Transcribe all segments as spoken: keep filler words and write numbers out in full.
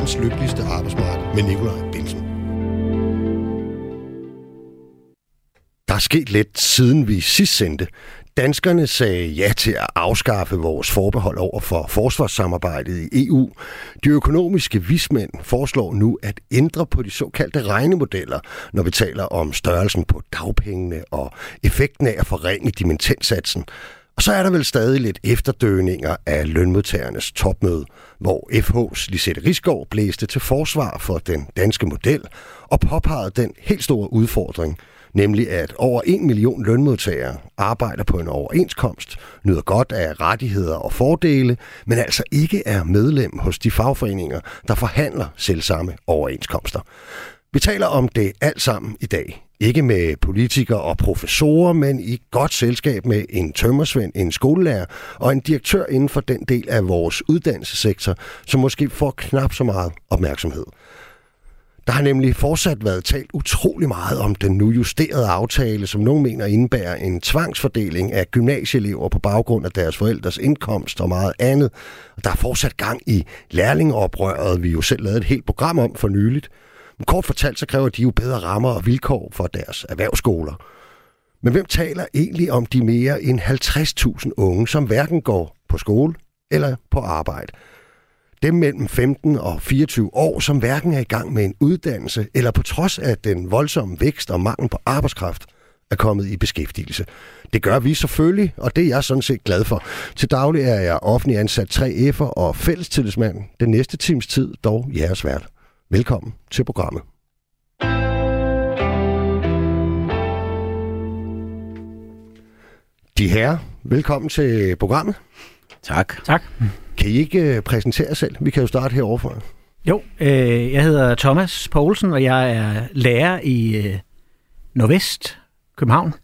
verdens lykkeligste arbejdsmarked med Nikolaj Bensen. Der er sket lidt siden vi sidst sendte. Danskerne sagde ja til at afskaffe vores forbehold over for forsvarssamarbejdet i E U. De økonomiske vismænd foreslår nu at ændre på de såkaldte regnemodeller, når vi taler om størrelsen på dagpengene og effekten af at forringe dimittendsatsen. Og så er der vel stadig lidt efterdøninger af lønmodtagernes topmøde, hvor F H's Lisette Risgaard blæste til forsvar for den danske model og påpegede den helt store udfordring, nemlig at over en million lønmodtagere arbejder på en overenskomst, nyder godt af rettigheder og fordele, men altså ikke er medlem hos de fagforeninger, der forhandler selvsamme overenskomster. Vi taler om det alt sammen i dag. Ikke med politikere og professorer, men i godt selskab med en tømmersvend, en skolelærer og en direktør inden for den del af vores uddannelsessektor, som måske får knap så meget opmærksomhed. Der har nemlig fortsat været talt utrolig meget om den nu justerede aftale, som nogen mener indebærer en tvangsfordeling af gymnasieelever på baggrund af deres forældres indkomst og meget andet. Der er fortsat gang i lærlingeoprøret, vi jo selv lavede et helt program om for nyligt. Men kort fortalt, så kræver de jo bedre rammer og vilkår for deres erhvervsskoler. Men hvem taler egentlig om de mere end halvtreds tusind unge, som hverken går på skole eller på arbejde? Dem mellem femten og fireogtyve år, som hverken er i gang med en uddannelse, eller på trods af den voldsomme vækst og mangel på arbejdskraft, er kommet i beskæftigelse. Det gør vi selvfølgelig, og det er jeg sådan set glad for. Til daglig er jeg offentlig ansat tre F'er og fællestillidsmand. Den næste times tid dog jeres vært. Velkommen til programmet. De herrer, velkommen til programmet. Tak. Tak. Kan I ikke præsentere jer selv? Vi kan jo starte herovre fra. Jo, øh, jeg hedder Thomas Poulsen, og jeg er lærer i øh, Nordvest, København,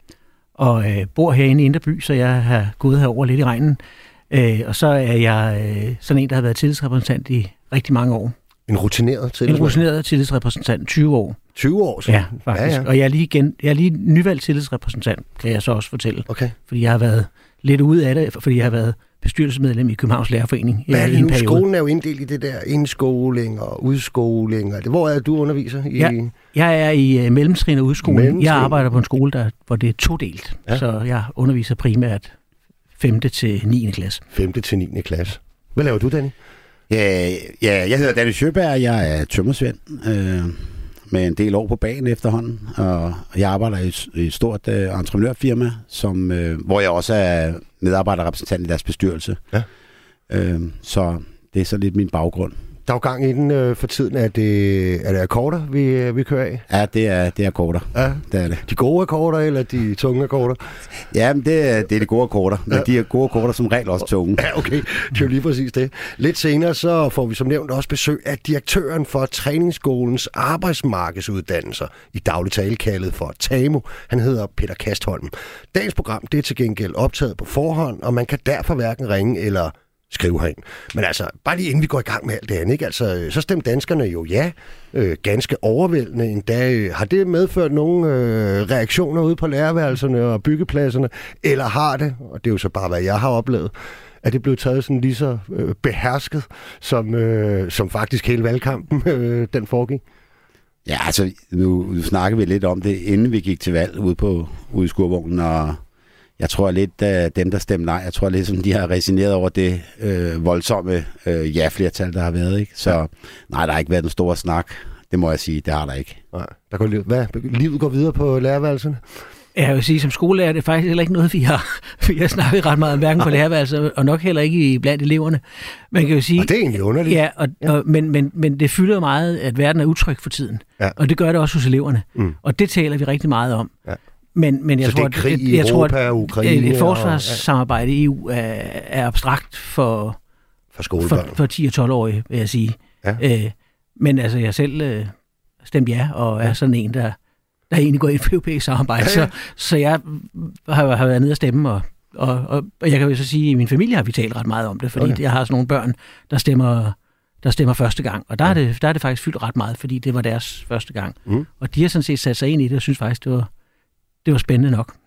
og øh, bor herinde i Indre By, så jeg har gået herover lidt i regnen. Øh, og så er jeg øh, sådan en, der har været tillidsrepræsentant i rigtig mange år. En rutineret tillidsrepræsentant? En rutineret tillidsrepræsentant, tyve år. tyve år? Så. Ja, faktisk. Ja, ja. Og jeg er lige, igen, jeg er lige nyvalgt tillidsrepræsentant, kan jeg så også fortælle. Okay. Fordi jeg har været lidt ude af det, fordi jeg har været bestyrelsesmedlem i Københavns Lærerforening. Hvad er det nu? Skolen er jo inddelt i det der indskoling og udskoling. Og det. Hvor er det, du underviser? I... Ja, jeg er i uh, mellemtrin og udskoling. Jeg arbejder på en skole, der, hvor det er todelt. Ja. Så jeg underviser primært femte til niende klasse. femte til niende klasse. Hvad laver du, Danny? Ja, ja, jeg hedder Danny Sjøberg. Jeg er tømmersvend øh, med en del år på bagen efterhånden. Og jeg arbejder i, i et stort øh, entreprenørfirma, som, øh, hvor jeg også er medarbejderrepræsentant i deres bestyrelse. Ja. Øh, så det er så lidt min baggrund. Der er jo gang i den øh, for tiden. Er det, er det akkorder, vi, vi kører af? Ja, det er, det er akkorder. Ja. Det er det. De gode akkorder eller de tunge akkorder? Ja, men det, er, det er de gode akkorder. Men ja. De er gode akkorder som regel også tunge. Ja, okay. Det er jo lige præcis det. Lidt senere så får vi som nævnt også besøg af direktøren for træningsskolens arbejdsmarkedsuddannelser, i daglig tale kaldet for TAMU. Han hedder Peter Kastholm. Dagens program det er til gengæld optaget på forhånd, og man kan derfor hverken ringe eller skrive herind. Men altså, bare lige inden vi går i gang med alt det andet, ikke? Altså, så stemte danskerne jo ja, øh, ganske overvældende endda. Har det medført nogle øh, reaktioner ude på lærerværelserne og byggepladserne? Eller har det, og det er jo så bare, hvad jeg har oplevet, at det blev taget sådan lige så øh, behersket, som, øh, som faktisk hele valgkampen øh, den foregik? Ja, altså, nu, nu snakker vi lidt om det, inden vi gik til valg ude, på, ude i skurvognen, og jeg tror lidt, at dem, der stemte nej, jeg tror lidt, som de har resigneret over det øh, voldsomme øh, ja-flertal, der har været. Ikke? Så nej, der har ikke været en stor snak. Det må jeg sige, det har der ikke. Nej, der går liv. Hvad? Livet går videre på lærerværelserne? Jeg vil sige, som skolelærer er det faktisk heller ikke noget, vi har, vi har snakket ret meget om, hverken på lærerværelser, og nok heller ikke blandt eleverne. Man kan jo sige, og det er egentlig underligt. Ja, og, ja. Og, men, men, men det fylder meget, at verden er utryg for tiden. Ja. Og det gør det også hos eleverne. Mm. Og det taler vi rigtig meget om. Ja. Men, men jeg så tror, det er krig i jeg Europa tror, at og Ukraine? Et forsvarssamarbejde i E U er, er abstrakt for, for, for, for ti- og tolv-årige, vil jeg sige. Ja. Øh, men altså, jeg selv øh, stemte ja, og er ja. sådan en, der, der egentlig går ind for europæisk samarbejde. Ja, ja. Så, så jeg har, har været nede og stemme, og, og, og, og jeg kan jo så sige, at i min familie har vi talt ret meget om det, fordi okay. jeg har sådan nogle børn, der stemmer... der stemmer første gang. Og der, ja. er det, der er det faktisk fyldt ret meget, fordi det var deres første gang. Mm. Og de har sådan set sat sig ind i det, og synes faktisk, det var, det var spændende nok.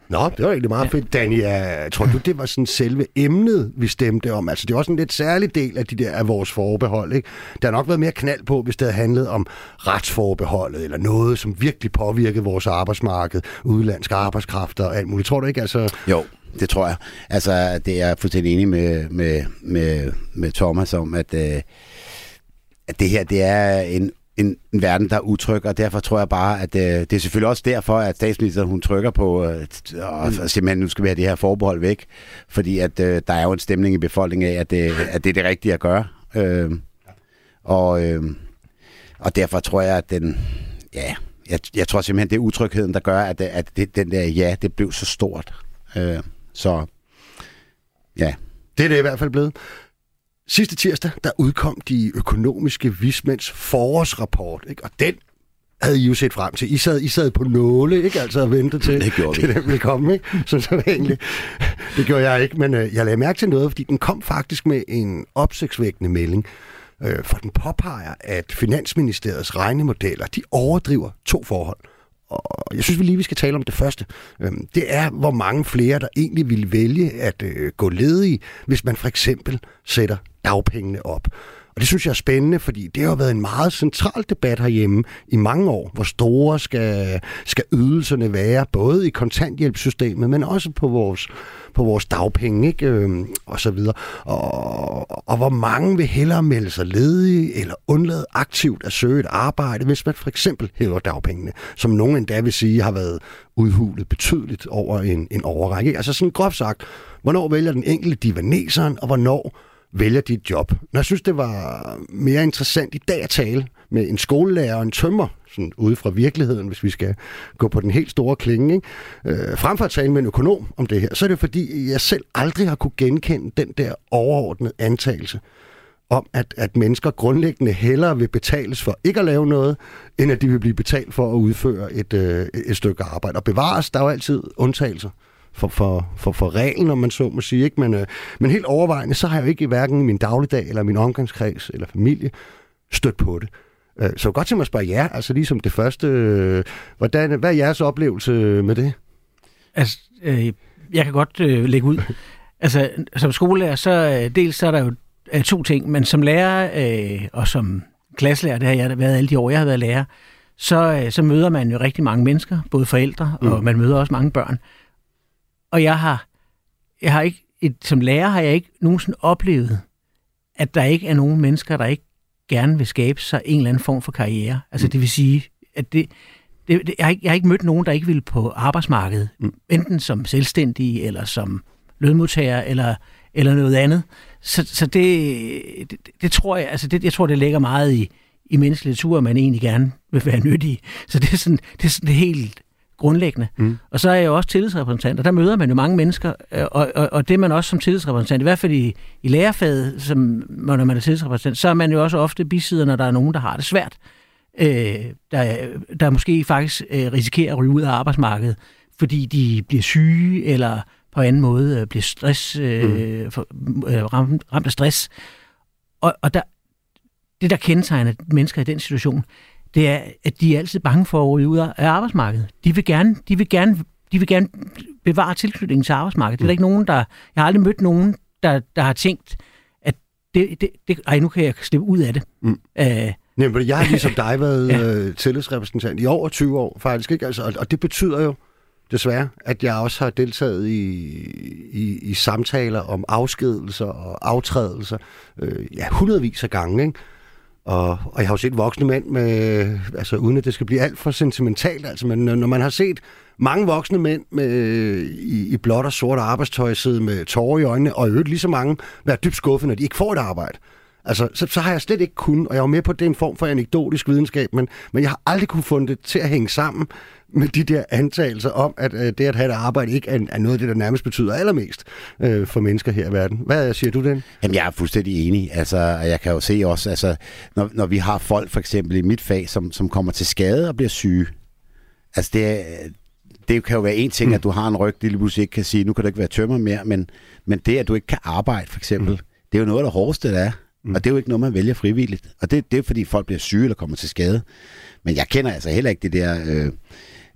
Nå, det var egentlig meget ja. fedt, Danny. Jeg tror du, det var sådan selve emnet, vi stemte om? Altså, det var også en lidt særlig del af, de der, af vores forbehold, ikke? Der har nok været mere knald på, hvis det havde handlet om retsforbeholdet, eller noget, som virkelig påvirkede vores arbejdsmarked, udenlandske arbejdskræfter og alt muligt. Tror du ikke, altså... Jo, det tror jeg. Altså, det er jeg fuldstændig enig med, med, med, med Thomas om, at, øh, at det her, det er en En, en verden, der er utryg, og derfor tror jeg bare, at øh, det er selvfølgelig også derfor, at statsministeren hun trykker på, øh, og simpelthen nu skal vi have det her forbehold væk, fordi at øh, der er jo en stemning i befolkningen af, at det, at det er det rigtige at gøre. Øh, og, øh, og derfor tror jeg, at den, ja, jeg, jeg tror simpelthen, det er utrygheden, der gør, at, at det, den der ja, det blev så stort. Øh, så, ja. Det er det i hvert fald blevet. Sidste tirsdag, der udkom de økonomiske vismænds forårsrapport, ikke? Og den havde I jo set frem til. I sad, I sad på nåle, ikke? Altså at vente til, det til den ville komme, ikke? Så, så egentlig, det gjorde jeg ikke, men øh, jeg lagde mærke til noget, fordi den kom faktisk med en opsigtsvækkende melding, øh, for den påpeger, at Finansministeriets regnemodeller, de overdriver to forhold. Og jeg synes vi lige, vi skal tale om det første. Det er, hvor mange flere, der egentlig ville vælge at øh, gå ledige, hvis man for eksempel sætter dagpengene op. Og det synes jeg er spændende, fordi det har jo været en meget central debat herhjemme i mange år. Hvor store skal, skal ydelserne være, både i kontanthjælpssystemet, men også på vores, på vores dagpenge, ikke? Øhm, og så videre. Og, og hvor mange vil hellere melde sig ledige eller undlade aktivt at søge et arbejde, hvis man for eksempel hæver dagpengene, som nogen endda vil sige har været udhulet betydeligt over en, en overrække. Ikke? Altså sådan groft sagt, hvornår vælger den enkelte divaneseren, og hvornår vælger de et job. Men jeg synes, det var mere interessant i dag at tale med en skolelærer og en tømrer, sådan ude fra virkeligheden, hvis vi skal gå på den helt store klinge. Ikke? Øh, frem for at tale med en økonom om det her, så er det fordi, jeg selv aldrig har kunne genkende den der overordnede antagelse om, at, at mennesker grundlæggende hellere vil betales for ikke at lave noget, end at de vil blive betalt for at udføre et, øh, et stykke arbejde. Og bevares, der er jo altid undtagelser for, for, for, for reglen, om man så må sige. Ikke? Men, øh, men helt overvejende, så har jeg jo ikke i hverken i min dagligdag, eller min omgangskreds, eller familie, stødt på det. Øh, så godt til mig at spørge jer, altså ligesom det første, øh, hvordan, hvad er jeres oplevelse med det? Altså, øh, jeg kan godt øh, lægge ud. Altså, som skolelærer, så øh, dels så er der jo øh, to ting, men som lærer, øh, og som klasselærer, det har jeg været alle de år, jeg har været lærer, så, øh, så møder man jo rigtig mange mennesker, både forældre, mm. og man møder også mange børn. Og jeg har, jeg har ikke, et, som lærer har jeg ikke nogensinde oplevet, at der ikke er nogen mennesker, der ikke gerne vil skabe sig en eller anden form for karriere. Altså mm. det vil sige, at det, det, det jeg, har ikke, jeg har ikke mødt nogen, der ikke vil på arbejdsmarkedet, mm. enten som selvstændige, eller som lønmodtager, eller, eller noget andet. Så, så det, det, det tror jeg, altså det, jeg tror, det ligger meget i, i menneskelig natur, at man egentlig gerne vil være nyttig. Så det er sådan, det er sådan det helt grundlæggende. Mm. Og så er jeg jo også tillidsrepræsentant, og der møder man jo mange mennesker, og, og, og det er man også som tillidsrepræsentant, i hvert fald i, i lærerfaget, som, når man er tillidsrepræsentant, så er man jo også ofte bisidder, når der er nogen, der har det svært, øh, der, der måske faktisk øh, risikerer at ryge ud af arbejdsmarkedet, fordi de bliver syge, eller på anden måde øh, bliver stress, øh, mm. for, øh, ramt, ramt af stress. Og, og der, det, der kendetegner mennesker i den situation, det er, at de er altid bange for at ryge ud af arbejdsmarkedet. De vil gerne, de vil gerne, de vil gerne bevare tilknytningen til arbejdsmarkedet. Det er der ikke nogen, der... Jeg har aldrig mødt nogen, der, der har tænkt, at det, det, det, ej, nu kan jeg slippe ud af det. Mm. Æh, Jamen, jeg har ligesom dig været ja. tillidsrepræsentant i over tyve år, faktisk. Ikke? Altså, og, og det betyder jo desværre, at jeg også har deltaget i, i, i samtaler om afskedelser og aftrædelser øh, ja, hundredvis af gange, ikke? Og, og jeg har jo set voksne mænd med, altså uden at det skal blive alt for sentimentalt, altså, men når man har set mange voksne mænd med, i, i blåt og sort arbejdstøj sidde med tårer i øjnene, og i øvrigt lige så mange være dybt skuffet, når de ikke får et arbejde. Altså, så, så har jeg slet ikke kun, og jeg var med på, at det er en form for anekdotisk videnskab, men, men jeg har aldrig kunne fundet det til at hænge sammen med de der antagelser om, at øh, det at have et arbejde ikke er, er noget af det, der nærmest betyder allermest øh, for mennesker her i verden. Hvad siger du, den? Jamen, jeg er fuldstændig enig. Altså, jeg kan jo se også, altså, når, når vi har folk, for eksempel i mit fag, som, som kommer til skade og bliver syge. Altså, det, det kan jo være en ting, mm. at du har en ryg, det lige pludselig ikke kan sige, nu kan du ikke være tømrer mere, men, men det, at du ikke kan arbejde, for eksempel, mm. det er jo noget af det hårdeste, der er. Mm. Og det er jo ikke noget, man vælger frivilligt. Og det, det er fordi folk bliver syge eller kommer til skade. Men jeg kender altså heller ikke det der... Øh,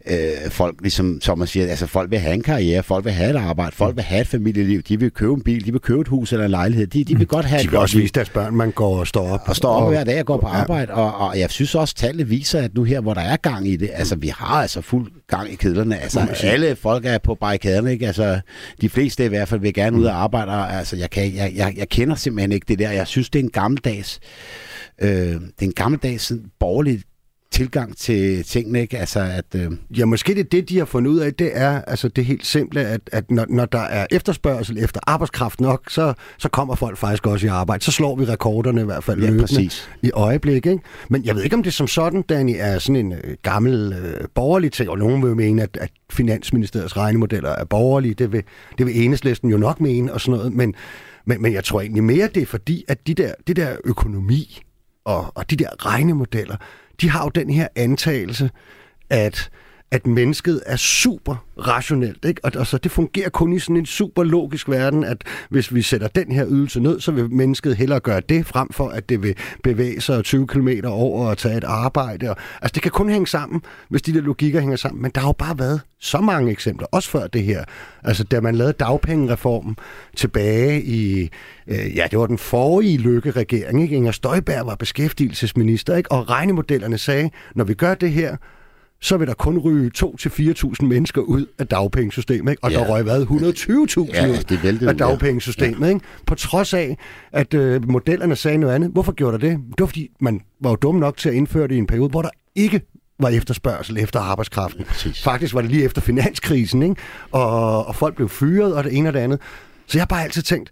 øh, folk, ligesom som man siger, altså folk vil have en karriere, folk vil have et arbejde, folk vil have et familieliv, de vil købe en bil, de vil købe et hus eller en lejlighed, de, de vil godt have de et vil godt også liv. vise deres børn, man går og står op. Og står op og, hver dag og går på arbejde, ja. og, og jeg synes også, tallene viser, at nu her, hvor der er gang i det, altså vi har altså fuld gang i kedlerne, altså alle folk er på barrikaderne, ikke? Altså de fleste i hvert fald vil gerne ud og arbejde, og, altså jeg, kan, jeg, jeg, jeg kender simpelthen ikke det der, jeg synes, det er en gammeldags, øh, det er en gammeldags sådan, borgerlig tilgang til tingene, ikke? Altså at... Øh... Ja, måske det det, de har fundet ud af, det er altså det helt simple, at, at når, når der er efterspørgsel efter arbejdskraft nok, så, så kommer folk faktisk også i arbejde. Så slår vi rekorderne i hvert fald ja, løbende i øjeblik, ikke? Men jeg ved ikke, om det som sådan, Danny, er sådan en øh, gammel øh, borgerlig ting, og nogen vil mene, at, at Finansministeriets regnemodeller er borgerlige. Det vil, det vil Enhedslisten jo nok mene, og sådan noget. Men, men, men jeg tror egentlig mere, det er fordi, at de der, det der økonomi og, og de der regnemodeller, de har jo den her antagelse, at, at mennesket er super rationelt, ikke? Og, og så det fungerer kun i sådan en super logisk verden, at hvis vi sætter den her ydelse ned, så vil mennesket hellere gøre det, frem for at det vil bevæge sig tyve kilometer over og tage et arbejde. Og, altså det kan kun hænge sammen, hvis de der logikker hænger sammen. Men der har jo bare været så mange eksempler, også før det her. Altså da man lavede dagpengereformen tilbage i, øh, ja det var den forrige Løkke-regering, ikke? Inger Støjberg var beskæftigelsesminister, ikke? Og regnemodellerne sagde, når vi gør det her, så vil der kun ryge to til fire tusind mennesker ud af dagpengesystemet, ikke? Og ja. Der røg hvad? et hundrede og tyve tusind ja, ud af dagpengesystemet, ja. Ikke? På trods af, at øh, modellerne sagde noget andet. Hvorfor gjorde der det? Det var, fordi man var jo dum nok til at indføre det i en periode, hvor der ikke var efterspørgsel efter arbejdskraften. Ja, faktisk var det lige efter finanskrisen, ikke? Og, og folk blev fyret, og det ene og det andet. Så jeg har bare altid tænkt,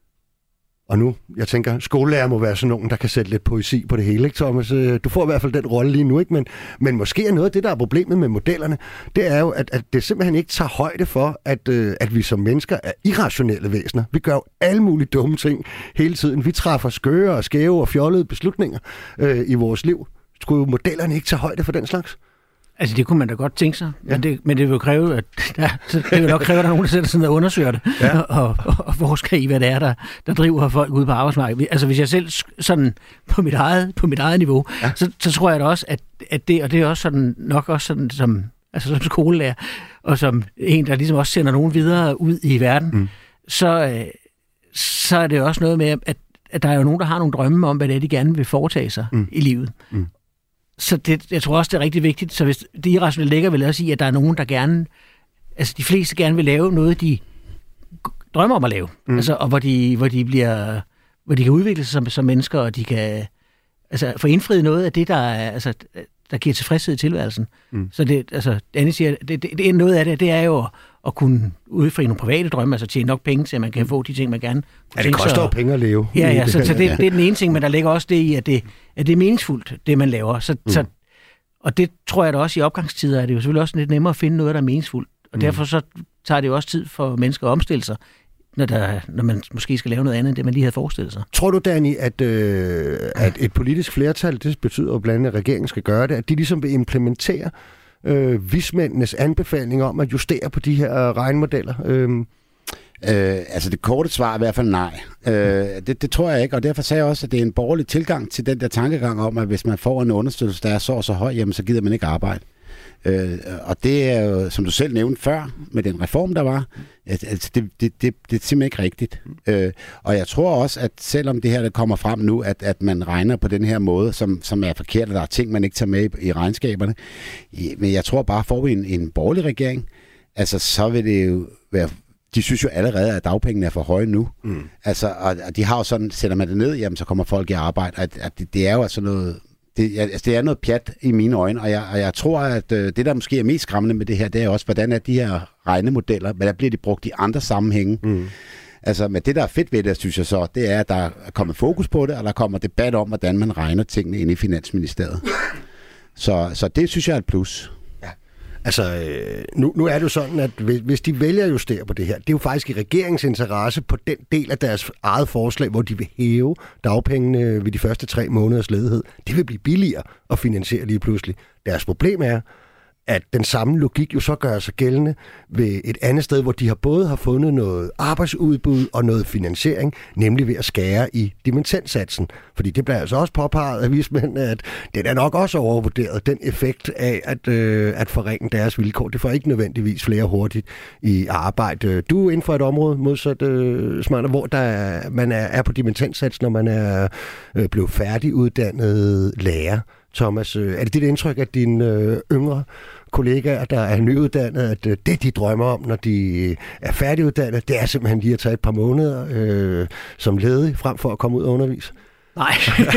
og nu, jeg tænker, skolelærer må være sådan nogen, der kan sætte lidt poesi på det hele, ikke Thomas? Du får i hvert fald den rolle lige nu, ikke? Men, men måske er noget af det, der er problemet med modellerne, det er jo, at, at det simpelthen ikke tager højde for, at, øh, at vi som mennesker er irrationelle væsener. Vi gør jo alle mulige dumme ting hele tiden. Vi træffer skøre og skæve og fjollede beslutninger øh, i vores liv. Skulle modellerne ikke tage højde for den slags? Altså, det kunne man da godt tænke sig, ja. men, det, men det vil jo kræve, at der, det vil nok kræve, at der er nogen, der sætter sig ned og undersøger det, ja. og, og, og forsker i, hvad det er, der, der driver folk ud på arbejdsmarkedet. Altså, hvis jeg selv sådan på mit eget, på mit eget niveau, ja. så, så tror jeg da også, at, at det, og det er også sådan, nok også sådan, som, altså som skolelærer, og som en, der ligesom også sender nogen videre ud i verden, mm. så, øh, så er det også noget med, at, at der er jo nogen, der har nogle drømme om, hvad det er, de gerne vil foretage sig mm. i livet. Mm. Så det, jeg tror også, det er rigtig vigtigt. Så hvis det irrationelle ligger, vil jeg også sige, at der er nogen, der gerne, altså de fleste gerne vil lave noget, de drømmer om at lave. Mm. Altså, og hvor de, hvor de bliver, hvor de kan udvikle sig som, som mennesker, og de kan altså, få indfriet noget af det, der, er, altså, der giver tilfredshed i tilværelsen. Mm. Så det, altså, Anne siger, det, det, det, noget af det, det er jo at, at kunne udfri nogle private drømme, altså tjene nok penge til, at man kan få de ting, man gerne kunne ja, det koster jo penge at leve. Ja, ja, så, så det, det er den ene ting, men der ligger også det i, at det, at det er meningsfuldt, det man laver. Så, mm. så, og det tror jeg da også i opgangstider, er det jo selvfølgelig også lidt nemmere at finde noget, der er meningsfuldt. Og mm. derfor så tager det jo også tid for mennesker at omstille sig, når, der, når man måske skal lave noget andet, end det man lige havde forestillet sig. Tror du, Danny, at, øh, at et politisk flertal, det betyder jo blandt andet, at regeringen skal gøre det, at de ligesom vil implementere øh, vismændenes anbefaling om at justere på de her regnemodeller? Øh. Øh, altså det korte svar er i hvert fald nej. Øh, det, det tror jeg ikke, og derfor sagde jeg også, at det er en borgerlig tilgang til den der tankegang om, at hvis man får en understøttelse, der er så og så høj, jamen så gider man ikke arbejde. Øh, og det er jo, som du selv nævnte før, med den reform, der var, at, at det, det, det, det er simpelthen ikke rigtigt. Øh, og jeg tror også, at selvom det her der kommer frem nu, at, at man regner på den her måde, som, som er forkert, og der er ting, man ikke tager med i, i regnskaberne, men jeg tror bare, får vi en, en borgerlig regering, altså så vil det jo være... De synes jo allerede, at dagpengene er for høje nu. Mm. Altså, og, og de har jo sådan, sætter man det ned, jamen så kommer folk i arbejde. At, at det, det er jo altså noget... Det, altså, det er noget pjat i mine øjne, og jeg, og jeg tror, at øh, det, der måske er mest skræmmende med det her, det er også, hvordan er de her regnemodeller, hvordan bliver de brugt i andre sammenhænge. Mm. Altså, men det, der er fedt ved det, synes jeg så, det er, at der er kommet fokus på det, og der kommer debat om, hvordan man regner tingene inde i Finansministeriet. Så, så det synes jeg er et plus. Altså, nu, nu er det jo sådan, at hvis de vælger at justere på det her, det er jo faktisk i regeringens interesse på den del af deres eget forslag, hvor de vil hæve dagpengene ved de første tre måneders ledighed. Det vil blive billigere at finansiere lige pludselig. Deres problem er, at den samme logik jo så gør sig gældende ved et andet sted, hvor de har både har fundet noget arbejdsudbud og noget finansiering, nemlig ved at skære i dimittendsatsen. Fordi det bliver altså også påpeget af vismænd, at den er nok også overvurderet, den effekt af at, øh, at forringe deres vilkår. Det får ikke nødvendigvis flere hurtigt i arbejde. Du er inden for et område modsat øh, smartere, hvor der er, man er, er på dimittendsats, når man er øh, blevet færdiguddannet lærer. Thomas, er det dit indtryk, at dine øh, yngre kollegaer, der er nyuddannede, at øh, det, de drømmer om, når de er færdiguddannede, det er simpelthen lige at tage et par måneder øh, som ledig, frem for at komme ud og undervise? Nej,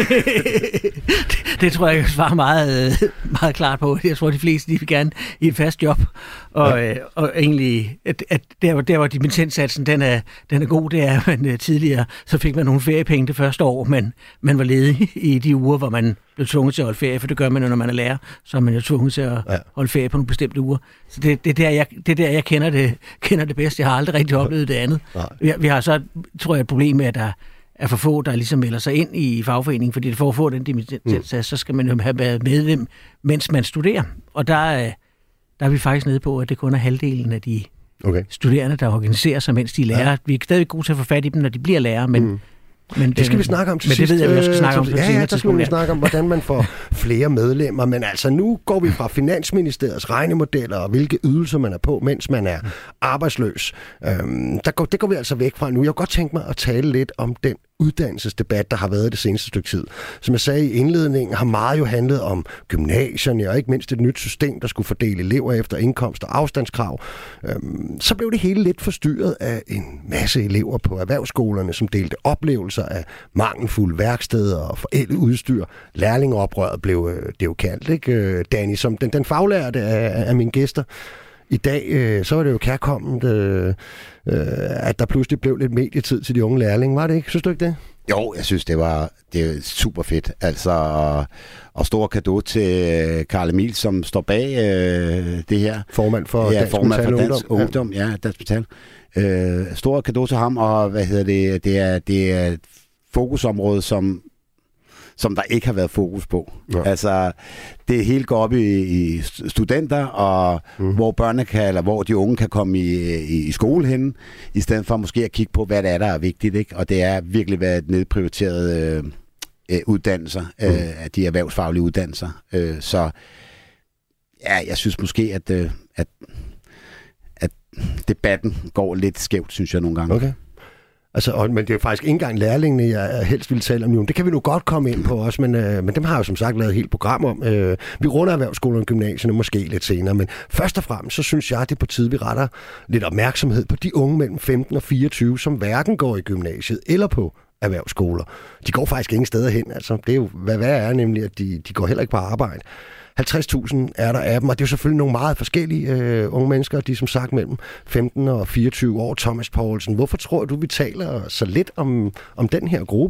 det, det tror jeg, jeg svarer meget, meget klart på. Jeg tror, de fleste de vil gerne i et fast job. Og, ja. øh, og egentlig, at, at der, der hvor dimittendsatsen den er, den er god, det er, at man, tidligere så fik man nogle feriepenge det første år, men man var ledig i de uger, hvor man blev tvunget til at holde ferie, for det gør man jo, når man er lærer, så er man jo tvunget til at ja. holde ferie på nogle bestemte uger. Så det, det, er, der, jeg, det er der, jeg kender det, kender det bedst. Jeg har aldrig rigtig oplevet det andet. Vi, vi har så, tror jeg, et problem med, at der er for få, der ligesom melder sig ind i fagforeningen, fordi for at få den dimittendsats, mm. så skal man jo have været medlem, mens man studerer. Og der, der er vi faktisk nede på, at det kun er halvdelen af de okay. studerende, der organiserer sig, mens de er lærer. Ja. Vi er stadig gode til at få fat i dem, når de bliver lærer, men... Mm. Men det, det skal vi snakke om til men sidst. Men det ved jeg, vi skal snakke om. Ja, ja, der skal vi snakke om, hvordan man får flere medlemmer. Men altså, nu går vi fra Finansministeriets regnemodeller og hvilke ydelser man er på, mens man er arbejdsløs. Øhm, der går, det går vi altså væk fra nu. Jeg kunne godt tænke mig at tale lidt om den uddannelsesdebat, der har været det seneste stykke tid. Som jeg sagde i indledningen, har meget jo handlet om gymnasierne, og ikke mindst et nyt system, der skulle fordele elever efter indkomst og afstandskrav. Øhm, så blev det hele lidt forstyrret af en masse elever på erhvervsskolerne, som delte oplevelser af mangelfulde værksteder og forældet udstyr. Lærlingeoprøret blev det jo kaldt, ikke? Danny, som den, den faglærte af, af mine gæster. I dag, øh, så var det jo kærkomment, øh, øh, at der pludselig blev lidt medietid til de unge lærlinge. Var det ikke? Synes du ikke det? Jo, jeg synes, det var, det var super fedt. Altså, og stor cadeau til Karl Emil, som står bag øh, det her. Formand for ja, Dansk formand for Metal Dansk Ungdom. Ja, ja Dansk Metal. Øh, stor cadeau til ham, og hvad hedder det, det er, det er et fokusområde, som som der ikke har været fokus på. Ja. Altså, det hele går op i, i studenter, og mm. hvor børnene kan, eller hvor de unge kan komme i, i, i skole henne, i stedet for måske at kigge på, hvad det er, der er vigtigt, ikke? Og det er virkelig været nedprioriteret øh, uddannelser, mm. øh, af de erhvervsfaglige uddannelser. Øh, så ja, jeg synes måske, at, øh, at, at debatten går lidt skævt, synes jeg nogle gange. Okay. Altså, og, men det er faktisk ikke engang lærlingene, jeg helst vil tale om nu. Det kan vi nu godt komme ind på også, men, øh, men dem har jeg jo som sagt lavet et helt program om. Øh, vi runder erhvervsskolerne og gymnasierne måske lidt senere, men først og fremmest, så synes jeg, det er på tide, vi retter lidt opmærksomhed på de unge mellem femten og fireogtyve, som hverken går i gymnasiet eller på erhvervsskoler. De går faktisk ingen steder hen. Altså, det er jo, hvad værre er nemlig, at de, de går heller ikke på arbejde. halvtreds tusind er der af dem, og det er jo selvfølgelig nogle meget forskellige øh, unge mennesker, de er som sagt mellem femten og fireogtyve år. Thomas Poulsen, hvorfor tror du, vi taler så lidt om, om den her gruppe?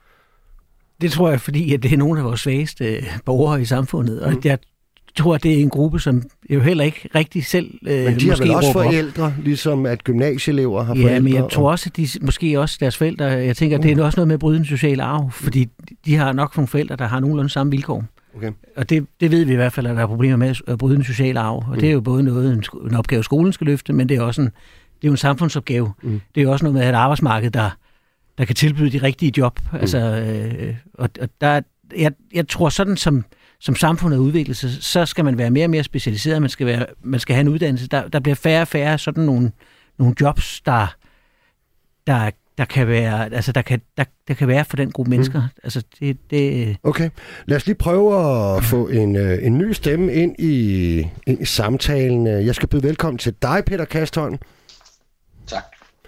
Det tror jeg, fordi at det er nogle af vores svageste borgere i samfundet, og mm. jeg tror, at det er en gruppe, som jo heller ikke rigtig selv øh, Men de har vel også forældre, op. Ligesom at gymnasieelever har ja, forældre? Ja, men jeg tror også, at de måske også deres forældre, jeg tænker, at det er også noget med at bryde den sociale arv, fordi de har nok nogle forældre, der har nogenlunde samme vilkår. Okay. Og det, det ved vi i hvert fald, at der er problemer med at bryde den sociale arv. Og mm. det er jo både noget, en, en opgave, skolen skal løfte, men det er også en, det er jo en samfundsopgave. Mm. Det er jo også noget med et arbejdsmarked, der, der kan tilbyde de rigtige job. Mm. Altså, øh, og, og der, jeg, jeg tror sådan, som, som samfundet udvikler sig, så skal man være mere og mere specialiseret. Man skal, være, man skal have en uddannelse. Der, der bliver færre og færre sådan nogle, nogle jobs, der, der der kan være, altså der kan, der, der kan være for den gruppe mennesker. Mm. Altså det, det... Okay, lad os lige prøve at få en, en ny stemme ind i, ind i samtalen. Jeg skal byde velkommen til dig, Peter Kastholm. Tak.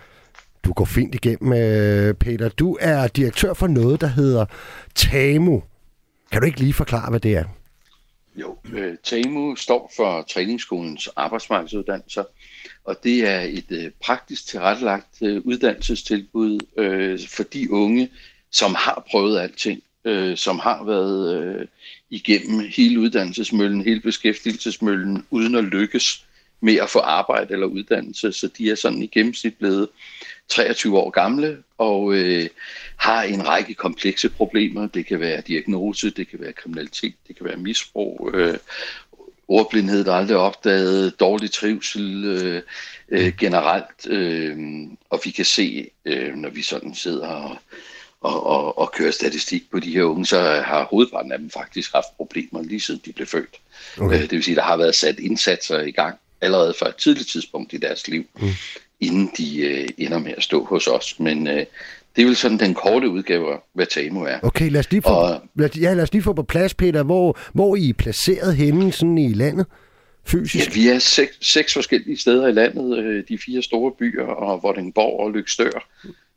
Du går fint igennem, Peter. Du er direktør for noget, der hedder TAMU. Kan du ikke lige forklare, hvad det er? Jo, øh, TAMU står for Træningsskolens arbejdsmarkedsuddannelser, og det er et øh, praktisk tilrettelagt øh, uddannelsestilbud øh, for de unge, som har prøvet alting, øh, som har været øh, igennem hele uddannelsesmøllen, hele beskæftigelsesmøllen, uden at lykkes med at få arbejde eller uddannelse. Så de er sådan i gennemsnit blevet treogtyve år gamle og øh, har en række komplekse problemer. Det kan være diagnose, det kan være kriminalitet, det kan være misbrug, øh, ordblindhed, der aldrig opdaget, dårlig trivsel øh, øh, generelt, øh, og vi kan se, øh, når vi sådan sidder og, og, og, og kører statistik på de her unge, så har hovedparten af dem faktisk haft problemer lige siden de blev født. Okay. Øh, det vil sige, der har været sat indsatser i gang allerede fra et tidligt tidspunkt i deres liv, mm. inden de øh, ender med at stå hos os. Men øh, det er vel sådan den korte udgave af, hvad TAMU er. Okay, lad os lige få, og, lad, ja, lad os lige få på plads, Peter. Hvor, hvor I er placeret henne sådan i landet fysisk? Ja, vi er seks, seks forskellige steder i landet. Øh, de fire store byer, og Vordingborg og Løgstør,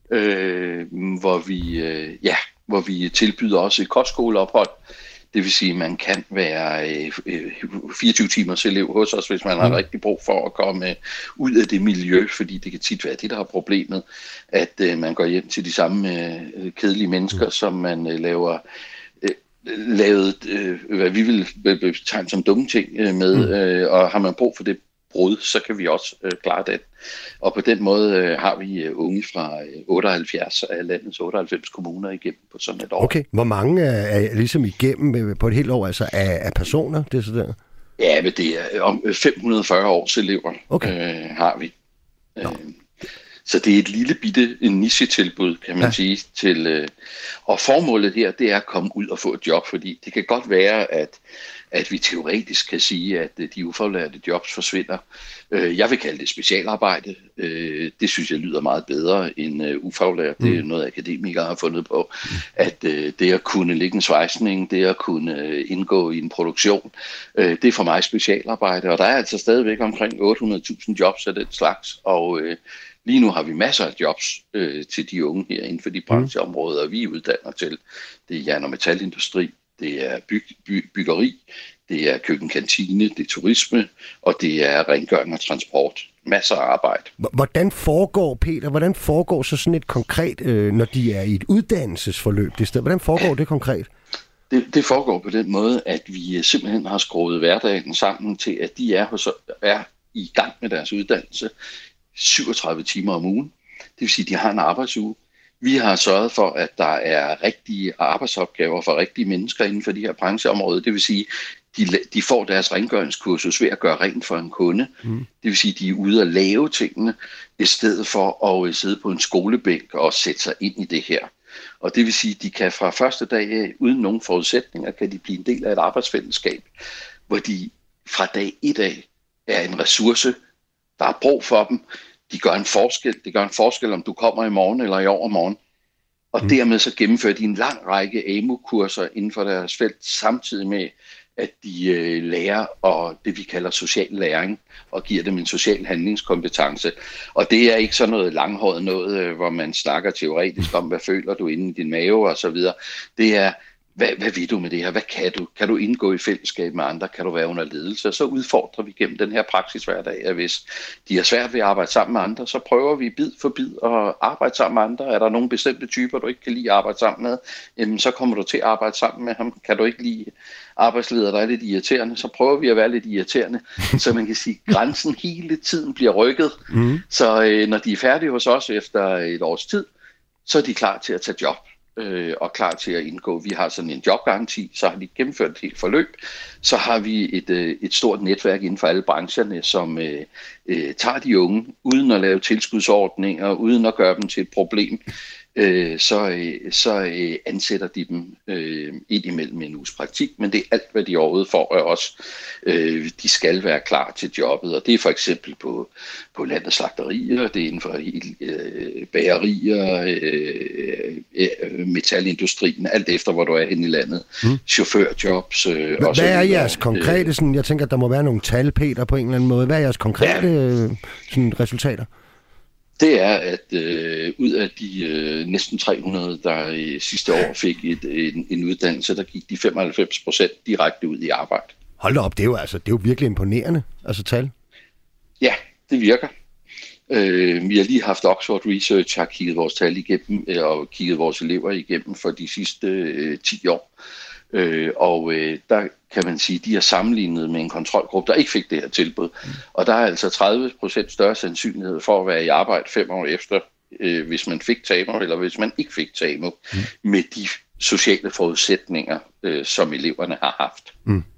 øh, hvor, vi, øh, ja, hvor vi tilbyder også et kostskoleophold. Det vil sige, at man kan være øh, fireogtyve timers elev hos os, hvis man har mm. rigtig brug for at komme ud af det miljø, fordi det kan tit være det, der er problemet, at øh, man går hjem til de samme øh, kedelige mennesker, mm. som man øh, laver øh, lavet, øh, hvad vi vil betegne som dumme ting øh, med, mm. øh, og har man brug for det brud, så kan vi også øh, klare det. Og på den måde øh, har vi øh, unge fra øh, otteoghalvfjerds af landets otteoghalvfems kommuner igennem på sådan et år. Okay, hvor mange er, er ligesom igennem på et helt år, altså af, af personer? Det er så der? Ja, men det er om fem hundrede og fyrre års elever, okay. øh, har vi. Øh, så det er et lille bitte niche-tilbud, kan man ja. sige. Til, øh, og formålet her, det er at komme ud og få et job, fordi det kan godt være, at at vi teoretisk kan sige, at de ufaglærte jobs forsvinder. Jeg vil kalde det specialarbejde. Det synes jeg lyder meget bedre end ufaglært. Det er noget, akademikere har fundet på. At det at kunne lægge en svejsning, det at kunne indgå i en produktion, det er for mig specialarbejde. Og der er altså stadigvæk omkring otte hundrede tusind jobs af den slags. Og lige nu har vi masser af jobs til de unge her inden for de brancheområder, vi uddanner til. Det er jern- og metalindustri. Det er byg, by, byggeri, det er køkkenkantine, det er turisme, og det er rengøring og transport. Masser af arbejde. Hvordan foregår, Peter, hvordan foregår så sådan et konkret, øh, når de er i et uddannelsesforløb det sted? Hvordan foregår det konkret? Det, det foregår på den måde, at vi simpelthen har skruet hverdagen sammen til, at de er, hos, er i gang med deres uddannelse syvogtredive timer om ugen. Det vil sige, at de har en arbejdsuge. Vi har sørget for, at der er rigtige arbejdsopgaver for rigtige mennesker inden for de her brancheområder. Det vil sige, de, de får deres rengøringskursus ved at gøre rent for en kunde. Mm. Det vil sige, de er ude og lave tingene, i stedet for at sidde på en skolebænk og sætte sig ind i det her. Og det vil sige, de kan fra første dag af, uden nogen forudsætninger, kan de blive en del af et arbejdsfællesskab, hvor de fra dag et af er en ressource, der er brug for dem. De gør en forskel. Det gør en forskel, om du kommer i morgen eller i overmorgen. Og mm. dermed så gennemfører de en lang række A M U-kurser inden for deres felt, samtidig med, at de øh, lærer og det, vi kalder social læring, og giver dem en social handlingskompetence. Og det er ikke sådan noget langhåret noget, øh, hvor man snakker teoretisk om, hvad føler du inde i din mave og så videre. Det er, hvad, hvad vil du med det her? Hvad kan du? Kan du indgå i fællesskab med andre? Kan du være under ledelse? Og så udfordrer vi gennem den her praksis hver dag, at hvis de er svært ved at arbejde sammen med andre, så prøver vi bid for bid at arbejde sammen med andre. Er der nogle bestemte typer, du ikke kan lide at arbejde sammen med, jamen, så kommer du til at arbejde sammen med ham. Kan du ikke lide arbejdsledere, der er lidt irriterende, så prøver vi at være lidt irriterende, så man kan sige, at grænsen hele tiden bliver rykket. Mm. Så øh, når de er færdige hos os efter et års tid, så er de klar til at tage job. Og klar til at indgå. Vi har sådan en jobgaranti, så har de gennemført et helt forløb. Så har vi et, et stort netværk inden for alle brancherne, som øh, øh, tager de unge, uden at lave tilskudsordninger, uden at gøre dem til et problem. Øh, så øh, så øh, ansætter de dem øh, ind imellem en uges praktik, men det er alt, hvad de overhovedet får af os. Øh, de skal være klar til jobbet, og det er for eksempel på, på landets slagterier, det er inden for øh, bagerier, øh, øh, metalindustrien, alt efter, hvor du er henne i landet. Mm. Chaufførjobs. Øh, hvad, hvad er jeres konkrete, sådan, jeg tænker, at der må være nogle tal, Peter, på en eller anden måde. Hvad er jeres konkrete ja. sådan, resultater? Det er, at øh, ud af de øh, næsten tre hundrede, der øh, sidste år fik et, en, en uddannelse, der gik de femoghalvfems procent direkte ud i arbejde. Hold da op, det er jo, altså, det er jo virkelig imponerende, altså tal. Ja, det virker. Øh, vi har lige haft Oxford Research, har kigget vores tal igennem, øh, og kigget vores elever igennem for de sidste øh, ti år. Øh, og øh, der kan man sige, at de er sammenlignet med en kontrolgruppe, der ikke fik det her tilbud. Mm. Og der er altså tredive procent større sandsynlighed for at være i arbejde fem år efter, øh, hvis man fik TAMU, eller hvis man ikke fik TAMU, mm. med de sociale forudsætninger, øh, som eleverne har haft. Mm.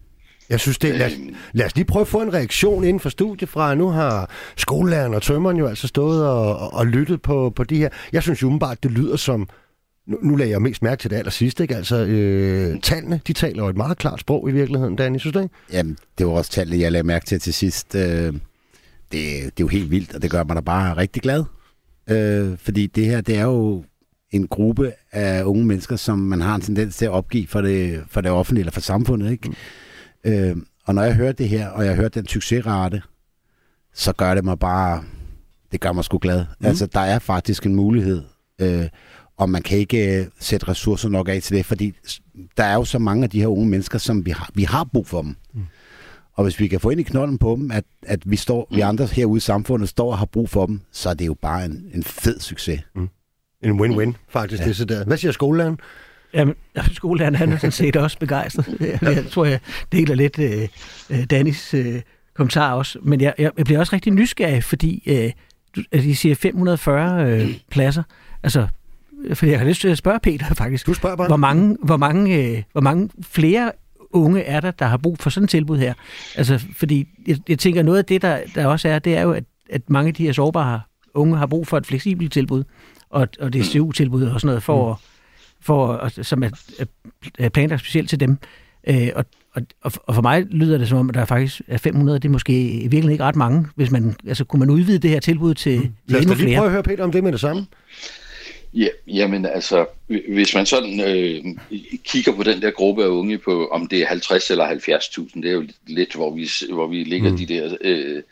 Jeg synes, det er, lad, os, lad os lige prøve at få en reaktion inden for studiet fra. Nu har skolelæreren og tømmeren jo altså stået og, og, og lyttet på, på de her. Jeg synes jo umiddelbart, det lyder som... Nu, nu lagde jeg mest mærke til det allersidst, ikke? Altså, øh, tallene, de taler jo et meget klart sprog i virkeligheden, Danny, synes du ikke? Jamen, det var også tallene, jeg lagde mærke til til sidst. Øh, det, det er jo helt vildt, og det gør mig da bare rigtig glad. Øh, fordi det her, det er jo en gruppe af unge mennesker, som man har en tendens til at opgive for det, for det offentlige eller for samfundet, ikke? Mm. Øh, og når jeg hører det her, og jeg hører den succesrate, så gør det mig bare... Det gør mig sgu glad. Mm. Altså, der er faktisk en mulighed... Øh, og man kan ikke uh, sætte ressourcer nok af til det, fordi der er jo så mange af de her unge mennesker, som vi har, vi har brug for dem. Mm. Og hvis vi kan få ind i knolden på dem, at, at vi, står, mm. vi andre herude i samfundet står og har brug for dem, så er det jo bare en, en fed succes. Mm. En win-win, faktisk. Ja. Det der. Hvad siger skolelæreren? Jamen, skolelæreren han er sådan set også begejstret. Jeg, jeg tror, jeg deler lidt uh, Dannys uh, kommentar også. Men jeg, jeg, jeg bliver også rigtig nysgerrig, fordi uh, de siger fem hundrede og fyrre uh, pladser. Altså, fordi jeg har lyst til at spørge Peter faktisk, du spørger bare. Hvor mange, hvor mange, øh, hvor mange flere unge er der, der har brug for sådan et tilbud her? Altså, fordi jeg, jeg tænker, noget af det, der, der også er, det er jo, at, at mange af de her sårbare unge har brug for et fleksibelt tilbud, og, og det er S T U-tilbud og sådan noget, for, mm. for, som er, er planlagt specielt til dem. Øh, og, og, og for mig lyder det som om, at der faktisk er fem hundrede, det er måske i virkeligheden ikke ret mange, hvis man, altså kunne man udvide det her tilbud til, mm. til endnu flere. Lad os lige prøve at høre Peter om det med det samme. Ja, jamen altså, hvis man sådan øh, kigger på den der gruppe af unge på, om det er halvtreds eller halvfjerds tusind, det er jo lidt, hvor vi, hvor vi ligger mm. de der øh,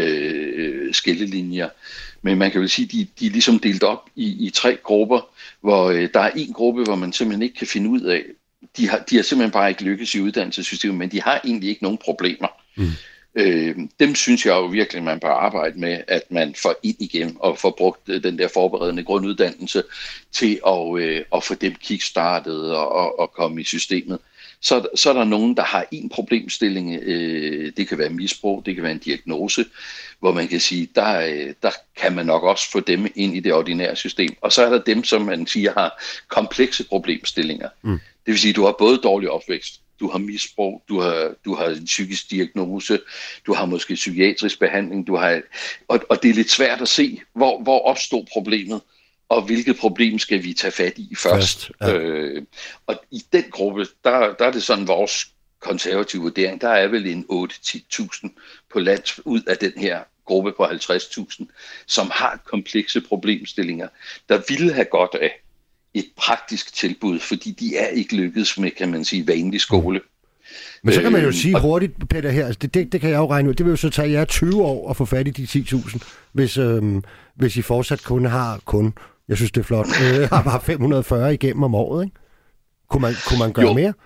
øh, skillelinjer. Men man kan vel sige, de, de er ligesom delt op i, i tre grupper, hvor øh, der er en gruppe, hvor man simpelthen ikke kan finde ud af, de har, de har simpelthen bare ikke lykkes i uddannelsessystemet, men de har egentlig ikke nogen problemer. Mm. Øh, dem synes jeg jo virkelig, man bør arbejde med, at man får ind igen og får brugt den der forberedende grunduddannelse til at, øh, at få dem kickstartet og, og, og komme i systemet. Så, så er der nogen, der har en problemstilling, øh, det kan være misbrug, det kan være en diagnose, hvor man kan sige, der, der kan man nok også få dem ind i det ordinære system. Og så er der dem, som man siger har komplekse problemstillinger. Mm. Det vil sige, du har både dårlig opvækst, du har misbrug, du har, du har en psykisk diagnose, du har måske psykiatrisk behandling, du har, og, og det er lidt svært at se, hvor, hvor opstod problemet, og hvilket problem skal vi tage fat i først. først ja. øh, og i den gruppe, der, der er det sådan vores konservative vurdering, der er vel en otte til ti tusind på land ud af den her gruppe på halvtreds tusind, som har komplekse problemstillinger, der ville have godt af et praktisk tilbud, fordi de er ikke lykkedes med, kan man sige, vanlig skole. Men så kan man jo sige hurtigt, Peter, her, altså det, det, det kan jeg jo regne ud, det vil jo så tage jer tyve år at få fat i de ti tusind, hvis, øhm, hvis I fortsat kun har kun, jeg synes det er flot, øh, har bare fem hundrede og fyrre igennem om året, ikke? Kunne man, kunne man gøre jo. mere?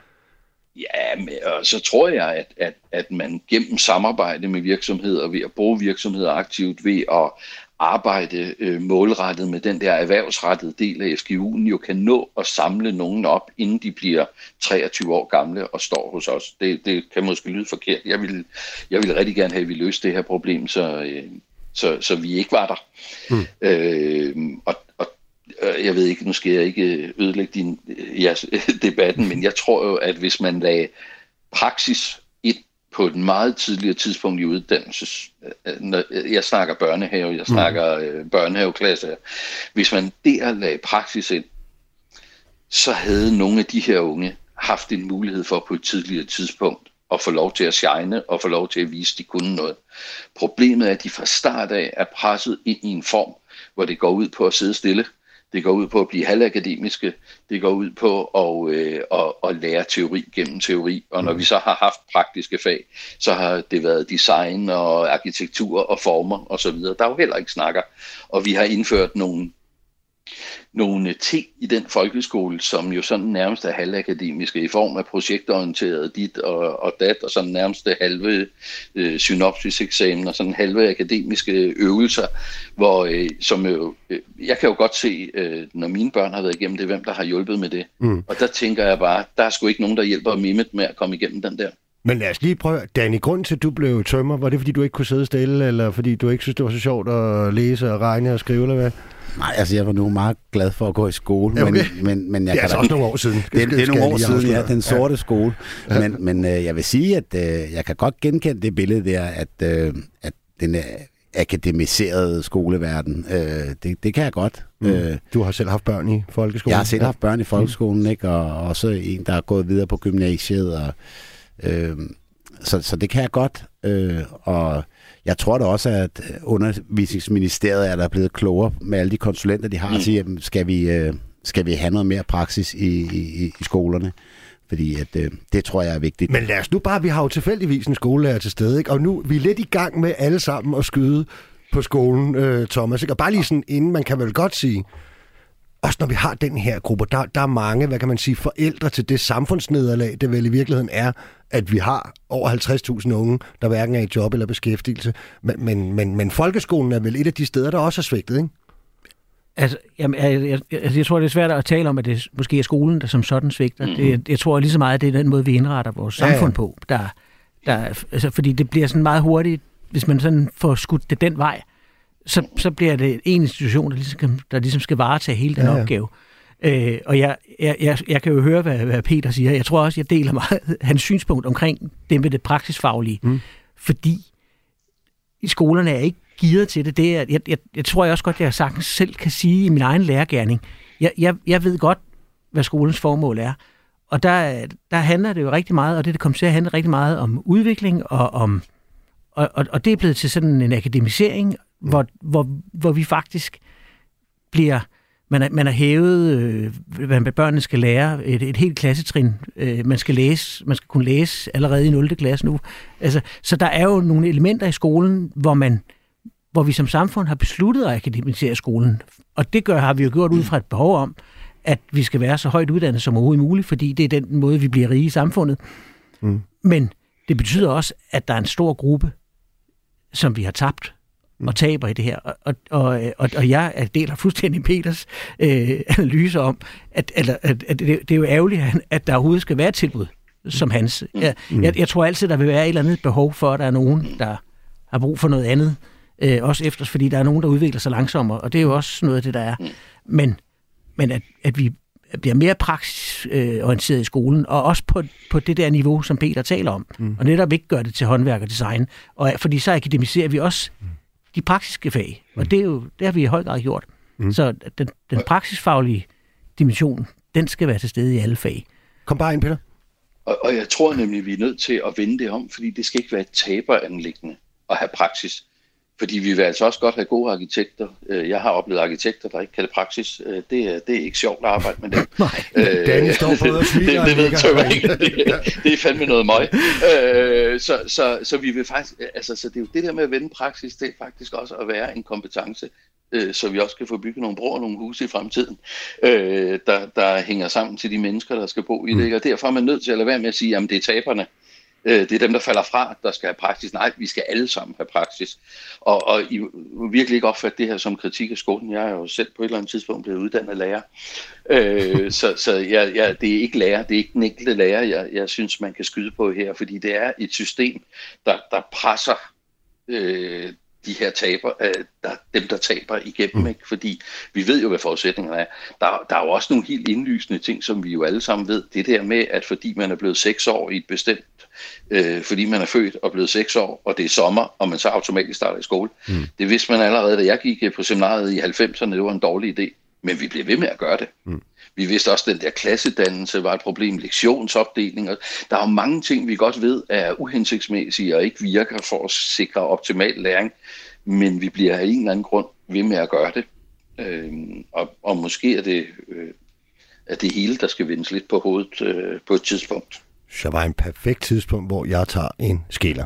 Ja, men, og så tror jeg, at, at, at man gennem samarbejde med virksomheder, ved at bruge virksomheder aktivt, ved at arbejde øh, målrettet med den der erhvervsrettede del af F G U'en, jo kan nå at samle nogen op, inden de bliver treogtyve år gamle og står hos os. Det, det kan måske lyde forkert. Jeg vil, jeg vil rigtig gerne have, at vi løste det her problem, så, øh, så, så vi ikke var der. Mm. Øh, og, og jeg ved ikke, nu skal jeg ikke ødelægge din jeres debatten, men jeg tror jo, at hvis man lagde praksis ind på et meget tidligere tidspunkt i uddannelses, jeg snakker børnehave, jeg snakker mm. børnehaveklasse, hvis man der lagde praksis ind, så havde nogle af de her unge haft en mulighed for på et tidligere tidspunkt at få lov til at shine og få lov til at vise, at de kunne noget. Problemet er, at de fra start af er presset ind i en form, hvor det går ud på at sidde stille. Det går ud på at blive halvakademiske. Det går ud på at, øh, at, at lære teori gennem teori. Og når vi så har haft praktiske fag, så har det været design og arkitektur og former osv. Der er jo heller ikke snakker. Og vi har indført nogle, nogle ting i den folkeskole, som jo sådan nærmest er halvakademiske i form af projektorienteret dit og, og dat, og sådan nærmest halve øh, synopsiseksamen og sådan halve akademiske øvelser, hvor øh, som jo, øh, jeg kan jo godt se, øh, når mine børn har været igennem det, hvem der har hjulpet med det. Mm. Og der tænker jeg bare, der er sgu ikke nogen, der hjælper Mimmet med at komme igennem den der. Men lad os lige prøve. Danny, grunden til, at du blev tømrer, var det, fordi du ikke kunne sidde stille, eller fordi du ikke synes, det var så sjovt at læse og regne og skrive, eller hvad? Nej, altså jeg var nu meget glad for at gå i skole, ja, okay. men, men, men jeg det er kan altså da, også nogle år siden. Det, det er nogle år siden, ja, den sorte ja. skole. Ja. Men, men øh, jeg vil sige, at øh, jeg kan godt genkende det billede der, at, øh, at den øh, akademiserede skoleverden, øh, det, det kan jeg godt. Mm. Øh, du har selv haft børn i folkeskolen? Jeg har selv haft børn i folkeskolen, ikke? Og også en, der er gået videre på gymnasiet. Og, øh, så, så det kan jeg godt. Øh, og jeg tror da også, at undervisningsministeriet er der blevet klogere med alle de konsulenter, de har, mm. at sige, jamen, skal vi, øh, skal vi have noget mere praksis i, i, i skolerne? Fordi at, øh, det tror jeg er vigtigt. Men lad os nu bare, vi har jo tilfældigvis en skolelærer til stede, ikke? Og nu vi er lidt i gang med alle sammen at skyde på skolen, øh, Thomas. Ikke? Og bare lige sådan inden, man kan vel godt sige, også når vi har den her gruppe, der, der er mange, hvad kan man sige, forældre til det samfundsnederlag, det vel i virkeligheden er, at vi har over halvtreds tusind unge, der hverken er i job eller beskæftigelse. Men, men, men, men folkeskolen er vel et af de steder, der også er svigtet, ikke? Altså, jamen, jeg, jeg, jeg, jeg tror, det er svært at tale om, at det måske er skolen, der som sådan svigter. Mm-hmm. Det, jeg tror lige så meget, at det er den måde, vi indretter vores samfund ja, ja. på. Der, der, altså, fordi det bliver sådan meget hurtigt, hvis man sådan får skudt det den vej, så, så bliver det en institution, der ligesom, der ligesom skal varetage hele den ja, ja. opgave. Øh, og jeg, jeg, jeg, jeg kan jo høre, hvad, hvad Peter siger. Jeg tror også, jeg deler meget hans synspunkt omkring det med det praksisfaglige. Mm. Fordi i skolerne er ikke gearet til det. det er, jeg, jeg, jeg tror jeg også godt, jeg sagtens selv kan sige i min egen lærergerning. Jeg, jeg, jeg ved godt, hvad skolens formål er. Og der, der handler det jo rigtig meget, og det, det kommer til at handle rigtig meget om udvikling, og, om, og, og, og det er blevet til sådan en akademisering, mm. hvor, hvor, hvor vi faktisk bliver... Man er, man er hævet, øh, hvad børnene skal lære, et, et helt klassetrin. Øh, man skal læse, man skal kunne læse allerede i nul klasse nu. Altså, så der er jo nogle elementer i skolen, hvor man, hvor vi som samfund har besluttet at akademisere skolen. Og det gør, har vi jo gjort ud fra et behov om, at vi skal være så højt uddannet som overhovedet muligt, fordi det er den måde, vi bliver rige i samfundet. Mm. Men det betyder også, at der er en stor gruppe, som vi har tabt, og taber i det her. Og, og, og, og jeg deler fuldstændig Peters øh, analyse om, at, at, at, at det, det er jo ærgerligt, at der overhovedet skal være et tilbud som hans. Jeg, mm. jeg, jeg tror altid, der vil være et eller andet behov for, at der er nogen, der har brug for noget andet. Øh, også efter, fordi der er nogen, der udvikler sig langsommere, og det er jo også noget af det, der er. Men, men at, at vi bliver mere praksisorienteret i skolen, og også på, på det der niveau, som Peter taler om, mm. og netop ikke gør det til håndværk og design. Og, fordi så akademiserer vi også de praktiske fag, og det, er jo, det har vi i høj grad gjort. Mm. Så den, den praksisfaglige dimension, den skal være til stede i alle fag. Kom bare ind, Peter. Og, og jeg tror nemlig, at vi er nødt til at vende det om, fordi det skal ikke være et taberanliggende at have praksis. Fordi vi vil altså også godt have gode arkitekter. Jeg har oplevet arkitekter, der ikke kan det praksis. Det er, det er ikke sjovt at arbejde med dem. Nej, Danny står på og smiler. Det, det ved jeg ikke. Det, det er fandme noget møg. Så, så, så vi vil faktisk, altså, så det er jo det der med at vende praksis, det er faktisk også at være en kompetence, så vi også kan få bygget nogle broer og nogle huse i fremtiden, der, der hænger sammen til de mennesker, der skal bo i det. Og derfor er man nødt til at lade være med at sige, at det er taberne. Det er dem, der falder fra, der skal have praksis. Nej, vi skal alle sammen have praksis. Og, og I må virkelig ikke opfatte det her som kritik af skolen. Jeg er jo selv på et eller andet tidspunkt blevet uddannet lærer. Øh, så så ja, ja, det er ikke lærer, det er ikke den enkelte lærer, jeg, jeg synes, man kan skyde på her. Fordi det er et system, der, der presser øh, de her taber, øh, der, dem, der taber igennem. Ikke? Fordi vi ved jo, hvad forudsætningerne er. Der, der er jo også nogle helt indlysende ting, som vi jo alle sammen ved. Det der med, at fordi man er blevet seks år i et bestemt Øh, fordi man er født og blevet seks år, og det er sommer, og man så automatisk starter i skole. Mm. Det vidste man allerede, da jeg gik på seminariet i halvfemserne, det var en dårlig idé, men vi blev ved med at gøre det. Mm. Vi vidste også, at den der klassedannelse var et problem, lektionsopdeling, og der er jo mange ting, vi godt ved er uhensigtsmæssige og ikke virker for at sikre optimal læring, men vi bliver af en eller anden grund ved med at gøre det. Øh, og, og måske er det, øh, er det hele, der skal vendes lidt på hovedet øh, på et tidspunkt. Så var en perfekt tidspunkt, hvor jeg tager en skiller.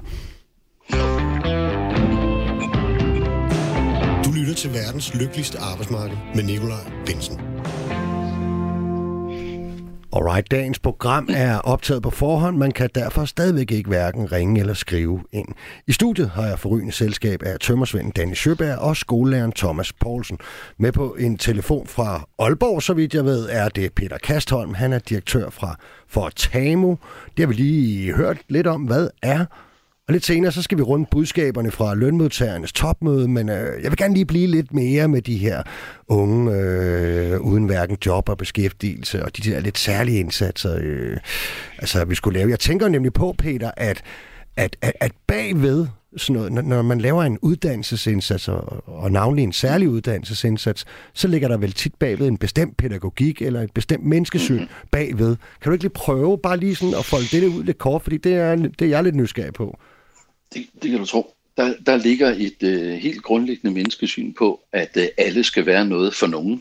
Du lytter til verdens lykkeligste arbejdsmarked med Nikolaj Bensen. Alright, dagens program er optaget på forhånd. Man kan derfor stadigvæk ikke hverken ringe eller skrive ind. I studiet har jeg forrygende selskab af tømmersvenden Danny Sjøberg og skolelæreren Thomas Poulsen. Med på en telefon fra Aalborg, så vidt jeg ved, er det Peter Kastholm. Han er direktør fra for TAMU. Det har vi lige hørt lidt om, hvad er. Og lidt senere, så skal vi runde budskaberne fra lønmodtagernes topmøde, men øh, jeg vil gerne lige blive lidt mere med de her unge, øh, uden hverken job og beskæftigelse, og de der lidt særlige indsatser, øh, altså vi skulle lave. Jeg tænker nemlig på, Peter, at, at, at, at bagved sådan noget, når man laver en uddannelsesindsats, og, og navnlig en særlig uddannelsesindsats, så ligger der vel tit bagved en bestemt pædagogik, eller et bestemt menneskesyn bagved. Kan du ikke lige prøve bare lige sådan at folde det ud lidt kort, fordi det er, det er jeg lidt nysgerrig på. Det, det kan du tro. Der, der ligger et øh, helt grundlæggende menneskesyn på, at øh, alle skal være noget for nogen.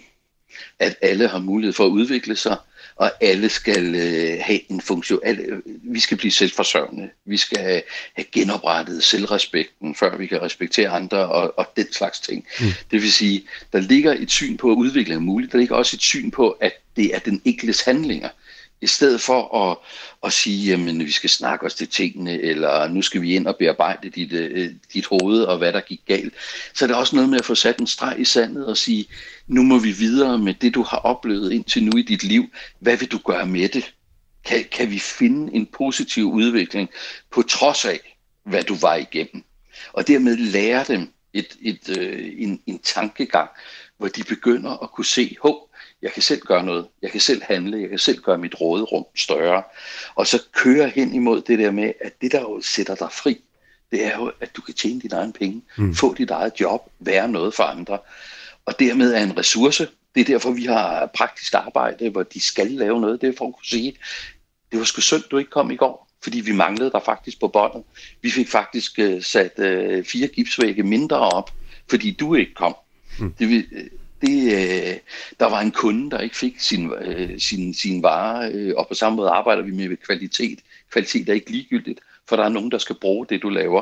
At alle har mulighed for at udvikle sig, og alle skal øh, have en funktion. Alle, vi skal blive selvforsørgende. Vi skal have, have genoprettet selvrespekten, før vi kan respektere andre og, og den slags ting. Mm. Det vil sige, der ligger et syn på at udvikle er muligt. Der ligger også et syn på, at det er den enkeltes handlinger. I stedet for at, at sige, jamen vi skal snakke os til tingene, eller nu skal vi ind og bearbejde dit, uh, dit hoved og hvad der gik galt, så er det også noget med at få sat en streg i sandet og sige, nu må vi videre med det, du har oplevet indtil nu i dit liv. Hvad vil du gøre med det? Kan, kan vi finde en positiv udvikling på trods af, hvad du var igennem? Og dermed lære dem et, et, uh, en, en tankegang, hvor de begynder at kunne se, hov, jeg kan selv gøre noget, jeg kan selv handle, jeg kan selv gøre mit råderum større. Og så køre hen imod det der med, at det der jo sætter dig fri, det er jo, at du kan tjene dine egne penge, mm. få dit eget job, være noget for andre. Og dermed er en ressource. Det er derfor, vi har praktisk arbejde, hvor de skal lave noget. Det er for at kunne sige, det var sgu synd, du ikke kom i går, fordi vi manglede dig faktisk på båndet. Vi fik faktisk uh, sat uh, fire gipsvægge mindre op, fordi du ikke kom. Mm. Det vil... Det, øh, der var en kunde, der ikke fik sin, øh, sin, sin vare, øh, og på samme måde arbejder vi med kvalitet. Kvalitet er ikke ligegyldigt, for der er nogen, der skal bruge det, du laver.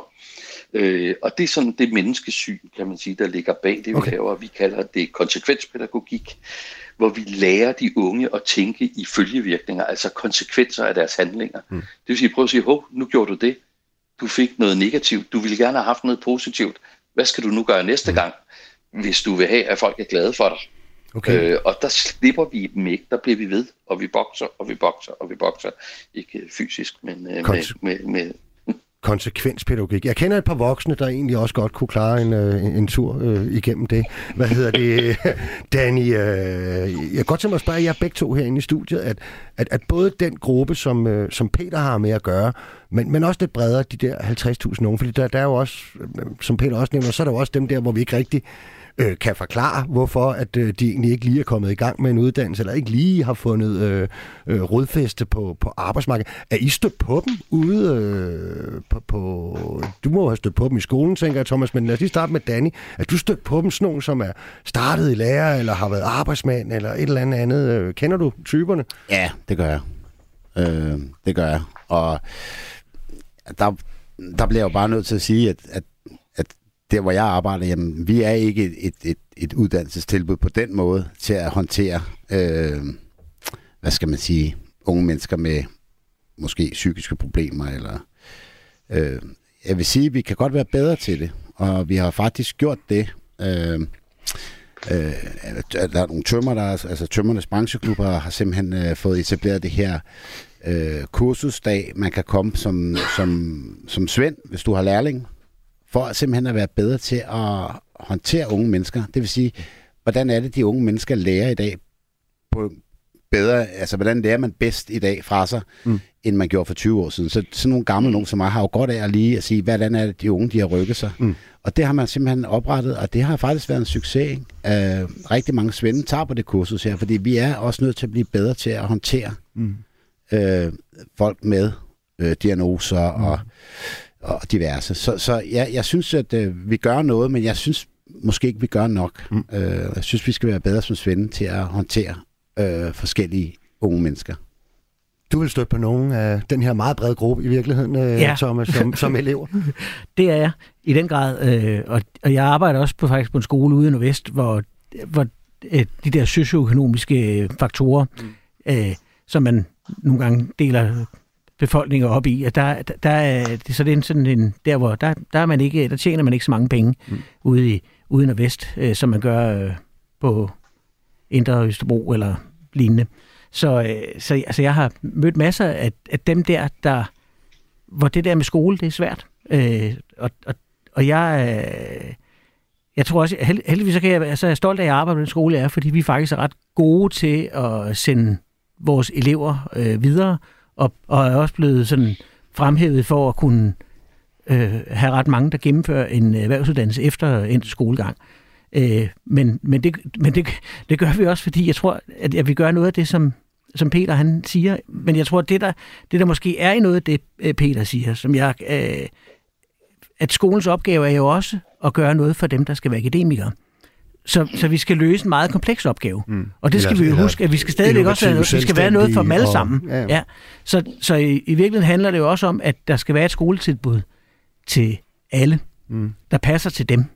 Øh, og det er sådan det menneskesyn, kan man sige, der ligger bag det, vi okay. laver. Vi kalder det konsekvenspædagogik, hvor vi lærer de unge at tænke i følgevirkninger, altså konsekvenser af deres handlinger. Mm. Det vil sige, prøv at sige, hov, nu gjorde du det. Du fik noget negativt. Du ville gerne have haft noget positivt. Hvad skal du nu gøre næste mm. gang? Hvis du vil have, at folk er glade for dig. Okay. Øh, og der slipper vi dem ikke, der bliver vi ved, og vi bokser, og vi bokser, og vi bokser. Ikke fysisk, men øh, Konse- med... med, med konsekvenspædagogik. Jeg kender et par voksne, der egentlig også godt kunne klare en, en, en tur øh, igennem det. Hvad hedder det, Danny? Øh, jeg kan godt tænke mig at spørge jer begge to herinde i studiet, at, at, at både den gruppe, som, øh, som Peter har med at gøre, men, men også lidt bredere, de der halvtreds tusind unge, fordi der, der er jo også, som Peter også nævner, så er der jo også dem der, hvor vi ikke rigtig øh, kan forklare, hvorfor at øh, de egentlig ikke lige er kommet i gang med en uddannelse, eller ikke lige har fundet øh, øh, rodfæste på, på arbejdsmarkedet. Er I stødt på dem ude øh, på, på... Du må have stødt på dem i skolen, tænker jeg, Thomas, men lad os lige starte med Danny. Er du stødt på dem, sådan nogen, som er startet i lærer, eller har været arbejdsmand, eller et eller andet andet? Kender du typerne? Ja, det gør jeg. Øh, det gør jeg. Og der, der bliver jeg jo bare nødt til at sige, at, at, at der, hvor jeg arbejder, jamen, vi er ikke et, et, et, et uddannelsestilbud på den måde til at håndtere, øh, hvad skal man sige, unge mennesker med måske psykiske problemer. Eller, øh, jeg vil sige, at vi kan godt være bedre til det, og vi har faktisk gjort det. Øh, øh, der er nogle tømmer, der, altså tømmernes brancheklubber har simpelthen øh, fået etableret det her øh, kursusdag, man kan komme som, som, som svend, hvis du har lærling, for simpelthen at være bedre til at håndtere unge mennesker. Det vil sige, hvordan er det, de unge mennesker lærer i dag på bedre, altså hvordan lærer man bedst i dag fra sig, mm. end man gjorde for tyve år siden. Så sådan nogle gamle nogen som mig har jo godt af at lige at sige, hvordan er det, de unge, de har rykket sig. Mm. Og det har man simpelthen oprettet, og det har faktisk været en succes. Ikke? Uh, rigtig mange svende tager på det kursus her, fordi vi er også nødt til at blive bedre til at håndtere mm. uh, folk med uh, diagnoser mm. og og diverse. Så, så ja, jeg synes, at øh, vi gør noget, men jeg synes måske ikke, vi gør nok. Mm. Øh, jeg synes, vi skal være bedre som svende til at håndtere øh, forskellige unge mennesker. Du vil støtte på nogen af den her meget brede gruppe i virkeligheden, øh, ja. Thomas, som, som elever? Det er jeg, i den grad. Øh, og, og jeg arbejder også på, faktisk på en skole ude i Nordvest, hvor, hvor øh, de der socioøkonomiske faktorer mm. øh, som man nogle gange deler befolkninger op i, at der, der, der er, så det er sådan en, der hvor, der, der, er man ikke, der tjener man ikke så mange penge mm. ude i uden og vest, øh, som man gør øh, på Indre Østerbro eller lignende. Så, øh, så altså, jeg har mødt masser af, af dem der, der, hvor det der med skole, det er svært. Øh, og, og, og jeg, øh, jeg tror også, held, heldigvis så kan jeg, altså, jeg er stolt af, at jeg arbejder på den skole, jeg er, fordi vi faktisk er ret gode til at sende vores elever øh, videre, og, og er også blevet sådan fremhævet for at kunne øh, have ret mange, der gennemfører en erhvervsuddannelse efter endt skolegang. Øh, men men, det, men det, det gør vi også, fordi jeg tror, at, at vi gør noget af det, som, som Peter han siger. Men jeg tror, at det der, det, der måske er i noget af det, Peter siger, som jeg, øh, at skolens opgave er jo også at gøre noget for dem, der skal være akademikere. Så, så vi skal løse en meget kompleks opgave. Mm. Og det skal eller, vi jo huske, at vi skal stadigvæk også have noget, vi skal være noget for dem alle sammen. Og, ja. Ja. Så, så i, i virkeligheden handler det jo også om, at der skal være et skoletilbud til alle, mm. der passer til dem.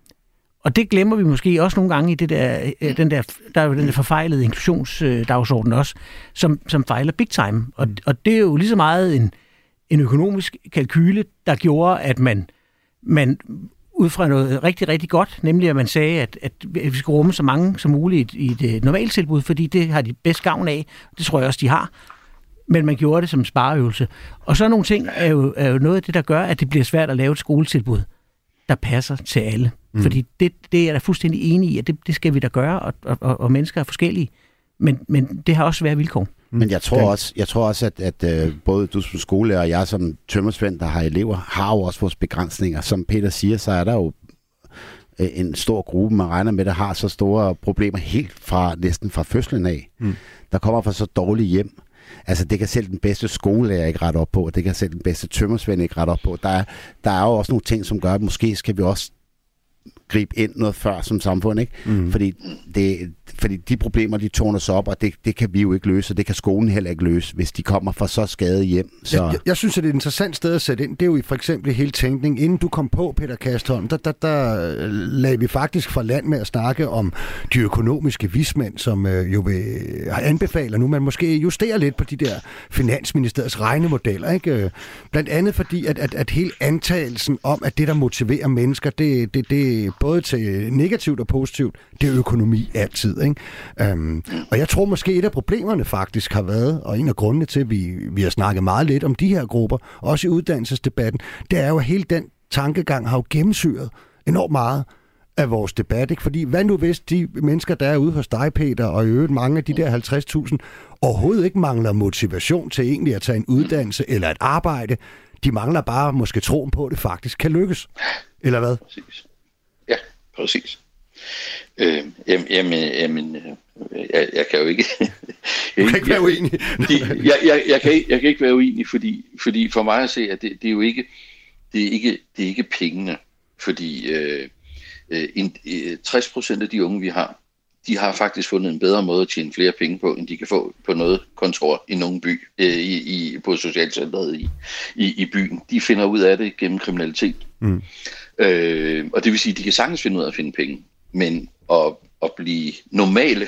Og det glemmer vi måske også nogle gange i det der, den der, der er jo den der forfejlede inklusionsdagsorden også, som, som fejler big time. Og, mm. og det er jo lige så meget en, en økonomisk kalkyle, der gjorde, at man, man ud fra noget rigtig, rigtig godt, nemlig at man sagde, at, at vi skal rumme så mange som muligt i et normalt tilbud, fordi det har de bedst gavn af. Det tror jeg også, de har. Men man gjorde det som spareøvelse. Og så nogle ting er jo, er jo noget af det, der gør, at det bliver svært at lave et skoletilbud, der passer til alle. Mm. Fordi det, det er jeg da fuldstændig enig i, at det, det skal vi da gøre, og, og, og mennesker er forskellige. Men, men det har også svære vilkår. Men jeg tror også, jeg tror også at, at uh, både du som skolelærer og jeg som tømmersvend, der har elever, har jo også vores begrænsninger. Som Peter siger, så er der jo uh, en stor gruppe, man regner med, der har så store problemer helt fra næsten fra fødslen af. Mm. Der kommer fra så dårlige hjem. Altså, det kan selv den bedste skolelærer ikke rette op på, og det kan selv den bedste tømmersvend ikke rette op på. Der er, der er jo også nogle ting, som gør, at måske skal vi også gribe ind noget før som samfund, ikke? Mm. Fordi, det, fordi de problemer, de tårner sig op, og det, det kan vi jo ikke løse, og det kan skolen heller ikke løse, hvis de kommer fra så skade hjem. Så. Jeg, jeg synes, at det er et interessant sted at sætte ind. Det er jo for eksempel hele tænkning. Inden du kom på, Peter Kastholm, der, der, der lagde vi faktisk fra land med at snakke om de økonomiske vismænd, som øh, jo vil, anbefaler nu, man måske justerer lidt på de der Finansministeriets regnemodeller, ikke? Blandt andet fordi, at, at, at hele antagelsen om, at det, der motiverer mennesker, det, det, det er både til negativt og positivt, det er økonomi altid, ikke? Um, og jeg tror måske, et af problemerne faktisk har været, og en af grundene til, at vi, vi har snakket meget lidt om de her grupper, også i uddannelsesdebatten, det er jo, at hele den tankegang har jo gennemsyret enormt meget af vores debat, ikke? Fordi hvad nu hvis de mennesker, der er ude hos dig, Peter, og i øvrigt mange af de der halvtreds tusind, overhovedet ikke mangler motivation til egentlig at tage en uddannelse eller et arbejde, de mangler bare måske troen på, at det faktisk kan lykkes. Eller hvad? Præcis. Ja, præcis. Øh, jamen, jamen, jamen jeg, jeg kan jo ikke... jeg, du kan ikke være uenig. jeg, jeg, jeg, kan, jeg kan ikke være uenig, fordi, fordi for mig at se, at det, det er jo ikke, det er ikke, det er ikke pengene. Fordi øh, en, tres procent af de unge, vi har, de har faktisk fundet en bedre måde at tjene flere penge på, end de kan få på noget kontor i nogen by, øh, i, i, på socialcentret i, i, i byen. De finder ud af det gennem kriminalitet. Mm. Øh, og det vil sige, at de kan sagtens finde ud af at finde penge. Men at, at blive normale,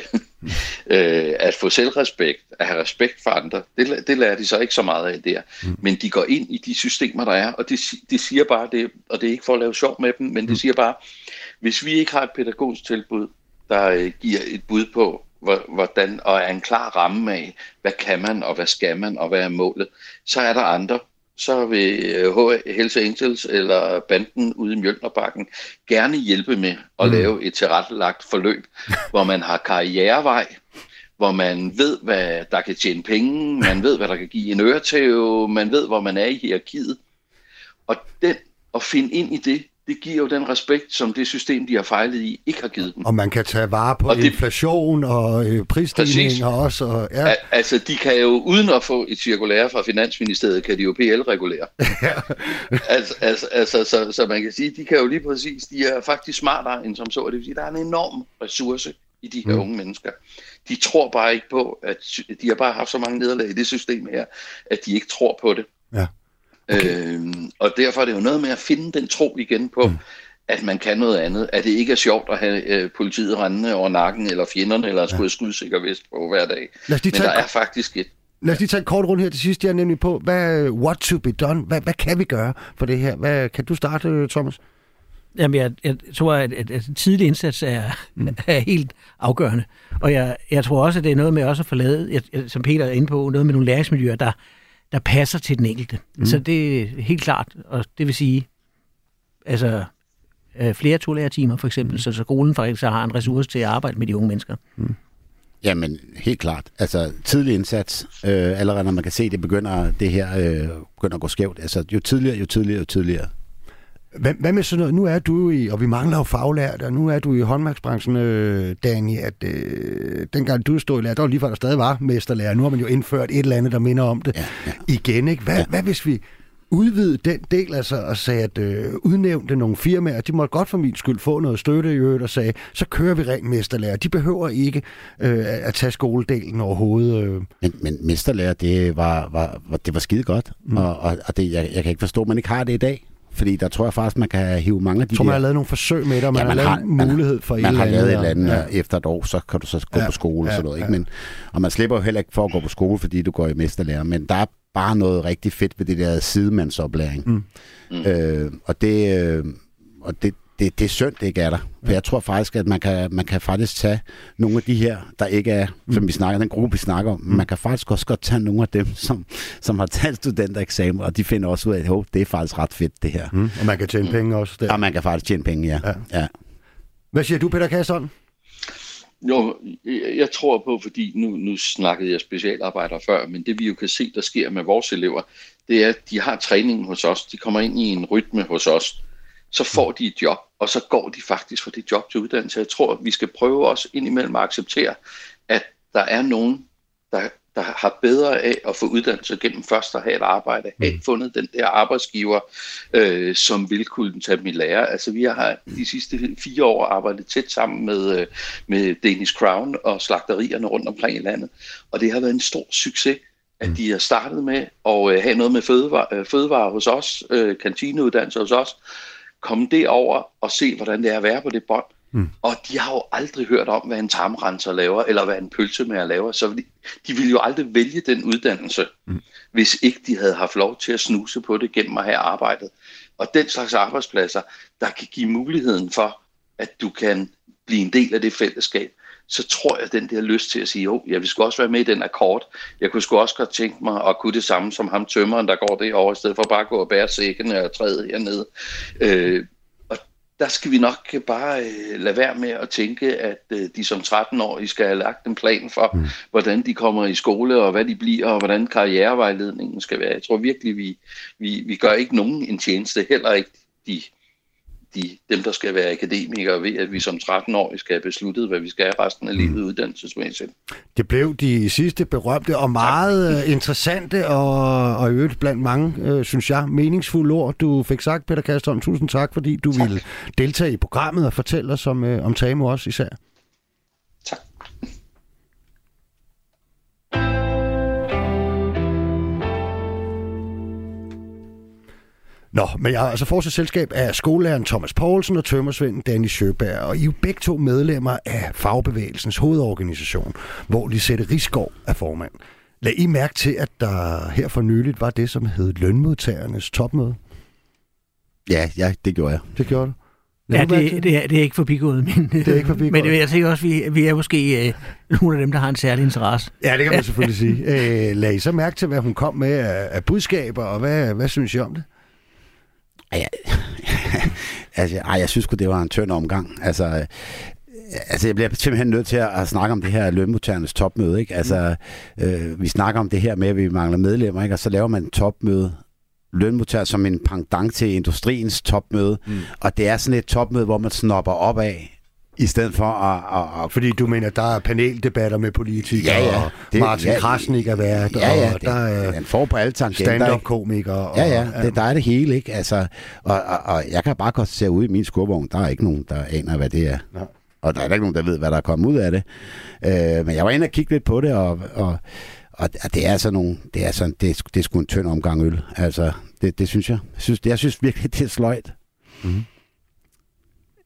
øh, at få selvrespekt, at have respekt for andre, det, det lærer de så ikke så meget af der. Mm. Men de går ind i de systemer, der er, og det, det siger bare det, og det er ikke for at lave sjov med dem, men mm. det siger bare, hvis vi ikke har et pædagogisk tilbud, der øh, giver et bud på, hvordan, og er en klar ramme af, hvad kan man, og hvad skal man, og hvad er målet, så er der andre. Så vil Hells Angels eller banden ude i Mjølnerbakken gerne hjælpe med at mm. lave et tilrettelagt forløb, hvor man har karrierevej, hvor man ved, hvad der kan tjene penge, man ved, hvad der kan give en øretæve, man ved, hvor man er i hierarkiet. Og den, at finde ind i det, det giver jo den respekt, som det system, de har fejlet i, ikke har givet dem. Og man kan tage vare på og inflation det, og øh, prisstigninger også. Og, ja. Al- altså, de kan jo, uden at få et cirkulære fra Finansministeriet, kan de jo P L-regulere. Ja. altså, altså, altså så, så man kan sige, de kan jo lige præcis, de er faktisk smartere end som så. Det vil sige, der er en enorm ressource i de her mm. unge mennesker. De tror bare ikke på, at de har bare haft så mange nederlag i det system her, at de ikke tror på det. Ja. Okay. Øhm, og derfor er det jo noget med at finde den tro igen på, mm. at man kan noget andet. At det ikke er sjovt at have øh, politiet rendende over nakken, eller fjenderne, eller skulle ja. skudsikker vest på hver dag. Men der er faktisk et... Lad os lige tage en kort runde her til sidst. Jeg er nemlig på, hvad, what to be done? Hvad, hvad kan vi gøre for det her? Hvad, kan du starte, Thomas? Jamen, jeg, jeg tror, at, at, at tidlig indsats er, mm. er helt afgørende. Og jeg, jeg tror også, at det er noget med også at få lavet, jeg, som Peter er inde på, noget med nogle læringsmiljøer, der, der passer til den enkelte. Mm. Så det er helt klart, og det vil sige, altså flere to-lærertimer for eksempel, mm. så skolen faktisk har en ressource til at arbejde med de unge mennesker. Mm. Jamen, helt klart. Altså, tidlig indsats, øh, allerede når man kan se, at det begynder, det her øh, begynder at gå skævt. Altså, jo tidligere, jo tidligere, jo tidligere. Hvad, hvad med sådan noget? Nu er du i, og vi mangler jo faglærte, og nu er du i håndværksbranchen, øh, Dani, at øh, dengang du stod i lærer, der var lige før der stadig var mesterlærer. Nu har man jo indført et eller andet, der minder om det ja, ja. igen, ikke? Hvad, ja. hvad hvis vi udvide den del, altså, og sagde, at øh, udnævnte nogle firmaer, de måtte godt for min skyld få noget støtte i øvrigt, og sagde, så kører vi rent mesterlærer. De behøver ikke øh, at tage skoledelen overhovedet. Øh. Men, men mesterlærer, det var, var, var, det var skide godt, mm. og, og, og det, jeg, jeg kan ikke forstå, at man ikke har det i dag. Fordi der tror jeg faktisk, man kan hive mange af de der... Jeg tror, man har lavet nogle forsøg med det, og man, ja, man har lavet har, mulighed for man, et man eller andet. Man har lavet et eller andet, ja. Efter et år, så kan du så gå ja. på skole. Ja. Og sådan noget, ikke? Men, og man slipper jo heller ikke for at gå på skole, fordi du går i mesterlærer. Men der er bare noget rigtig fedt ved det der sidemandsoplæring. Mm. Mm. Øh, og det, øh, og det, det, det er synd, det ikke er der. For jeg tror faktisk, at man kan, man kan faktisk tage nogle af de her, der ikke er, mm. som vi snakker, den gruppe, vi snakker om, mm. man kan faktisk også godt tage nogle af dem, som, som har taget studentereksamen, og de finder også ud af, at oh, det er faktisk ret fedt, det her. Mm. Og man kan tjene penge også. Der. Og man kan faktisk tjene penge, ja. ja. ja. Hvad siger du, Peter Kasson? Jo, jeg tror på, fordi nu, nu snakkede jeg specialarbejdere før, men det vi jo kan se, der sker med vores elever, det er, at de har træningen hos os, de kommer ind i en rytme hos os, så får de et job, og så går de faktisk fra det job til uddannelse. Jeg tror, vi skal prøve også indimellem at acceptere, at der er nogen, der, der har bedre af at få uddannelse gennem først at have et arbejde, have fundet den der arbejdsgiver, øh, som vil kunne tage dem i lære. Altså vi har de sidste fire år arbejdet tæt sammen med, med Danish Crown og slagterierne rundt omkring i landet, og det har været en stor succes, at de har startet med at have noget med fødevare, fødevare hos os, øh, kantineuddannelse hos os, komme derover og se, hvordan det er at være på det bånd. Mm. Og de har jo aldrig hørt om, hvad en tarmrenser laver, eller hvad en pølsemager laver, så de, de ville jo aldrig vælge den uddannelse, mm. hvis ikke de havde haft lov til at snuse på det gennem at have arbejdet. Og den slags arbejdspladser, der kan give muligheden for, at du kan blive en del af det fællesskab, så tror jeg, den der lyst til at sige, jo, jeg vil sgu også være med i den akkord. Jeg kunne sgu også godt tænke mig at kunne det samme som ham tømmeren, der går derovre, i stedet for bare at gå og bære sækkene og træde hernede. Øh, og der skal vi nok bare øh, lade være med at tænke, at øh, de som tretten-årige skal have lagt en plan for, mm. hvordan de kommer i skole, og hvad de bliver, og hvordan karrierevejledningen skal være. Jeg tror virkelig, vi, vi, vi gør ikke nogen en tjeneste, heller ikke de De, dem, der skal være akademikere, ved at vi som tretten-årige skal have besluttet, hvad vi skal have resten af livet uddannelsesmæssigt. Det blev de sidste berømte og meget tak. interessante og, og øvrigt blandt mange, øh, synes jeg, meningsfulde ord, du fik sagt, Peter Kasson. Tusind tak, fordi du tak. ville deltage i programmet og fortælle os om, øh, om TAMU også især. Tak. Nå, men jeg har altså fortsat selskab af skolelæreren Thomas Poulsen og tømmersvenden Danny Sjøberg, og I er jo begge to medlemmer af Fagbevægelsens hovedorganisation, hvor Lisette Risgaard er formand. Lad I mærke til, at der her for nyligt var det, som hed lønmodtagernes topmøde? Ja, ja, det gjorde jeg. Det gjorde du? Ja, det, det, er, det er ikke forbigået, men, det er ikke forbigået. Men jeg tænker også, at vi, vi er måske øh, nogle af dem, der har en særlig interesse. Ja, det kan man selvfølgelig sige. Øh, lad I så mærke til, hvad hun kom med af, af budskaber, og hvad, hvad synes I om det? Ej, altså, ej, jeg synes det var en tynd omgang. Altså, altså, jeg bliver simpelthen nødt til at, at snakke om det her lønmodtagernes topmøde. Ikke? Altså, øh, vi snakker om det her med, at vi mangler medlemmer, ikke? Og så laver man en topmøde, lønmodtager som en pendant til industriens topmøde. Mm. Og det er sådan et topmøde, hvor man snopper op af, i stedet for at, at, at... Fordi du mener, der er paneldebatter med politikere, ja, ja. Det, og Martin ja, Krasnik er vært, ja, ja, og der er den får på alle tangenter. Stand-up-komikere. Ja, ja, det, der er det hele, ikke? Altså, og, og, og jeg kan bare godt se ud i min skurvogn, der er ikke nogen, der aner, hvad det er. Ja. Og der er ikke nogen, der ved, hvad der er kommet ud af det. Øh, men jeg var inde og kigge lidt på det, og, og, og det er sådan nogle, det er sådan, det, det er sgu en tynd omgang øl. Altså, det, det synes jeg. Jeg synes, det, jeg synes virkelig, det er sløjt. Mm-hmm.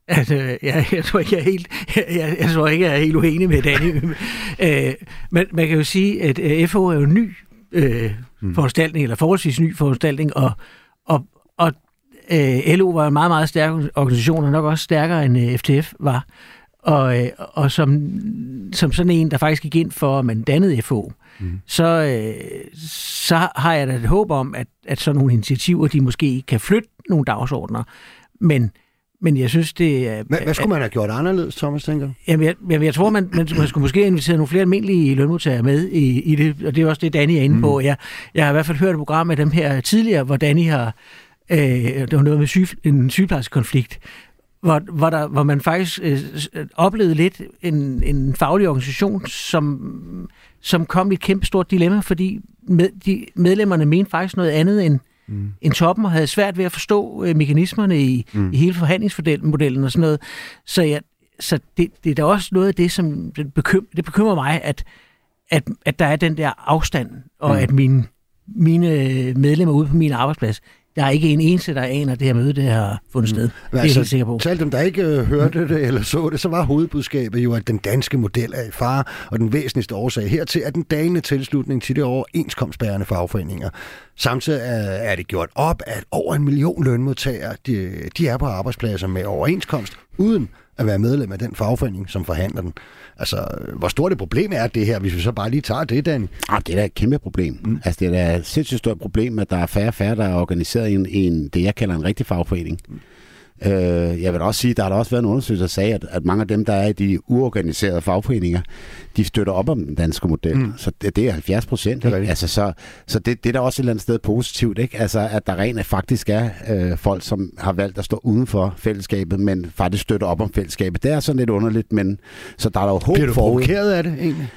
Altså, jeg, jeg tror ikke, jeg er helt, jeg, jeg tror ikke, jeg er helt uenig med Danny. øh, men man kan jo sige, at F H er jo en ny øh, mm. foranstaltning, eller forholdsvis ny foranstaltning, og, og, og øh, L O var en meget, meget stærk organisation, og nok også stærkere end øh, F T F var. Og, øh, og som, som sådan en, der faktisk gik ind for, at man dannede F H, mm. så, øh, så har jeg da et håb om, at, at sådan nogle initiativer, de måske kan flytte nogle dagsordner. Men Men jeg synes, det er... Hvad, hvad skulle man have gjort anderledes, Thomas, tænker du? Jamen, jeg, jamen, jeg tror, man, man, man skulle måske invitere nogle flere almindelige lønmodtagere med i, i det, og det er også det, Danny er inde på. Mm. Jeg, jeg har i hvert fald hørt et program med dem her tidligere, hvor Danny har... Øh, det var noget med syge, en sygeplejerskekonflikt, hvor, hvor, der, hvor man faktisk øh, oplevede lidt en, en faglig organisation, som, som kom i et kæmpe stort dilemma, fordi med, de, medlemmerne mente faktisk noget andet end Mm. en toppen, og havde svært ved at forstå øh, mekanismerne i, mm. i hele forhandlingsmodellen og sådan noget. Så, ja, så det, det er da også noget af det, som det, bekym, det bekymrer mig, at, at, at der er den der afstand, og mm. at mine, mine medlemmer ude på min arbejdsplads, der er ikke en eneste, der aner, at det her møde, det har fundet sted. Mm. Det er altså, jeg helt sikker på. Til dem, der ikke øh, hørte det eller så det, så var hovedbudskabet jo, at den danske model er i fare, og den væsentligste årsag hertil er den dalende tilslutning til det overenskomstbærende fagforeninger. Samtidig er det gjort op, at over en million lønmodtagere, de, de er på arbejdspladser med overenskomst, uden at være medlem af den fagforening, som forhandler den. Altså, hvor stort et problem er det her, hvis vi så bare lige tager det, Danny? Ah, det er da et kæmpe problem. Mm. Altså, det er da et sindssygt stort problem, at der er færre og færre, der er organiseret i en, en, det, jeg kalder en rigtig fagforening. Mm. Øh, jeg vil også sige, der har der også været en undersøgelse, der sagde, at, at mange af dem, der er i de uorganiserede fagforeninger, de støtter op om den danske model. Mm. Så det, det er halvfjerds procent. Altså, så så det, det er da også et eller andet sted positivt, ikke? Altså, at der rent faktisk er øh, folk, som har valgt at stå uden for fællesskabet, men faktisk støtter op om fællesskabet. Det er sådan lidt underligt, men så der er der jo håb for. Bliver du provokeret af det, egentlig?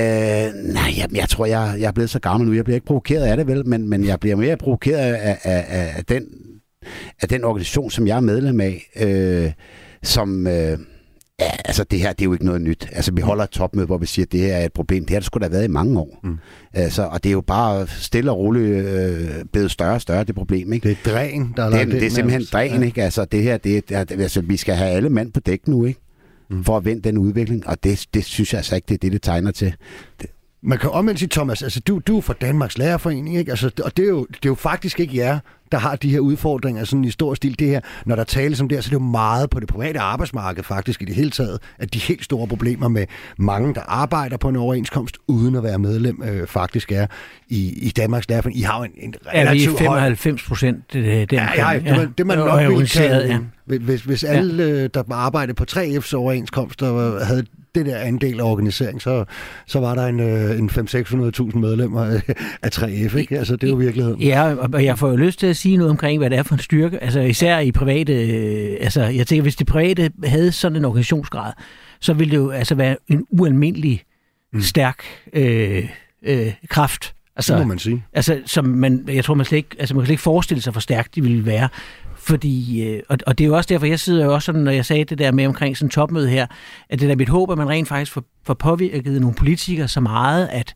Øh, nej, jeg, jeg tror, jeg, jeg er blevet så gammel nu. Jeg bliver ikke provokeret af det, vel? Men, men jeg bliver mere provokeret af, af, af, af den af den organisation, som jeg er medlem af, øh, som, øh, ja, altså det her, det er jo ikke noget nyt. Altså vi holder et topmøde, hvor vi siger, at det her er et problem. Det har det sgu da været i mange år. Mm. Altså, og det er jo bare stille og roligt øh, blevet større og større, det problem, ikke? Det er dræn, der er det, lagt det er simpelthen dræn, ja. Ikke? Altså det her, det er, altså vi skal have alle mand på dæk nu, ikke? Mm. For at vende den udvikling, og det, det synes jeg altså ikke, det er det, det tegner til. Det, Man kan omvendt sige, Thomas, altså du, du er fra Danmarks Lærerforening, ikke? Altså, og det er, jo, det er jo faktisk ikke jer, der har de her udfordringer sådan i stor stil. Det her, når der tales om det her, så er det jo meget på det private arbejdsmarked faktisk i det hele taget, at de helt store problemer med mange, der arbejder på en overenskomst, uden at være medlem, øh, faktisk er i, i Danmarks Lærerforening. I har jo en, en relativt høj... Er vi femoghalvfems procent den ja, ja, det, man, det man ja. nok ville kalde... Ja. Hvis, hvis alle, ja. der arbejdede på tre F's overenskomster, havde det der andel af organisering, så, så var der en, en fem til seks hundrede tusind medlemmer af tre F, ikke? Altså, det er jo virkeligheden. Ja, og jeg får jo lyst til at sige noget omkring, hvad det er for en styrke. Altså, især i private... Altså, jeg tænker, hvis de private havde sådan en organisationsgrad, så ville det jo altså være en ualmindelig mm. stærk øh, øh, kraft. Altså, det må man sige. Altså, som man, jeg tror, man slet ikke, altså, man kan slet ikke forestille sig, hvor stærkt de ville være. Fordi, og, og det er jo også derfor, jeg sidder jo også sådan, når jeg sagde det der med omkring sådan et topmøde her, at det er mit håb, at man rent faktisk får, får påvirket nogle politikere så meget, at,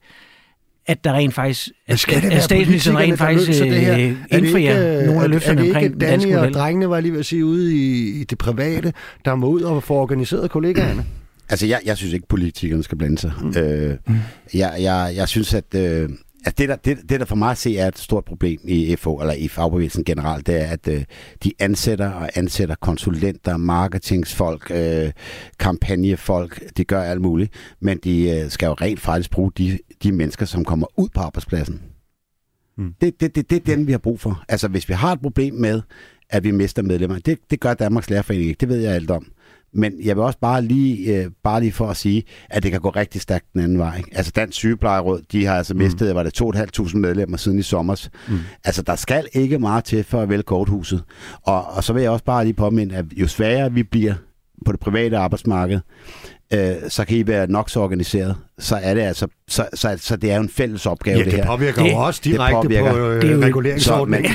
at der rent faktisk, at, at statsministeren rent faktisk øh, indfrier nogle af løfterne omkring den danske model. Og drengene var lige ved at sige ude i, i det private, der må ud og få organiseret kollegaerne? Altså, jeg, jeg synes ikke, politikerne skal blande sig. Mm. Øh, jeg, jeg, jeg synes, at... Øh, Altså det, der, det, det, der for mig at se er et stort problem i F H, eller i fagbevægelsen generelt, det er, at øh, de ansætter og ansætter konsulenter, marketingsfolk, øh, kampagnefolk, de gør alt muligt, men de øh, skal jo rent faktisk bruge de, de mennesker, som kommer ud på arbejdspladsen. Mm. Det, det, det, det er den, vi har brug for. Altså hvis vi har et problem med, at vi mister medlemmer, det, det gør Danmarks Lærerforening ikke, det ved jeg alt om. Men jeg vil også bare lige, øh, bare lige for at sige, at det kan gå rigtig stærkt den anden vej. Ikke? Altså Dansk Sygeplejeråd, de har altså mistet, mm. var det to tusind fem hundrede medlemmer siden i sommers. Mm. Altså der skal ikke meget til for at vælge korthuset. Og, og så vil jeg også bare lige påminde, at jo sværere vi bliver på det private arbejdsmarked, øh, så kan I være nok så organiseret. Så er det altså, så, så, så det er jo en fælles opgave, ja, det her. Ja, det påvirker jo også direkte på øh, reguleringsordningen.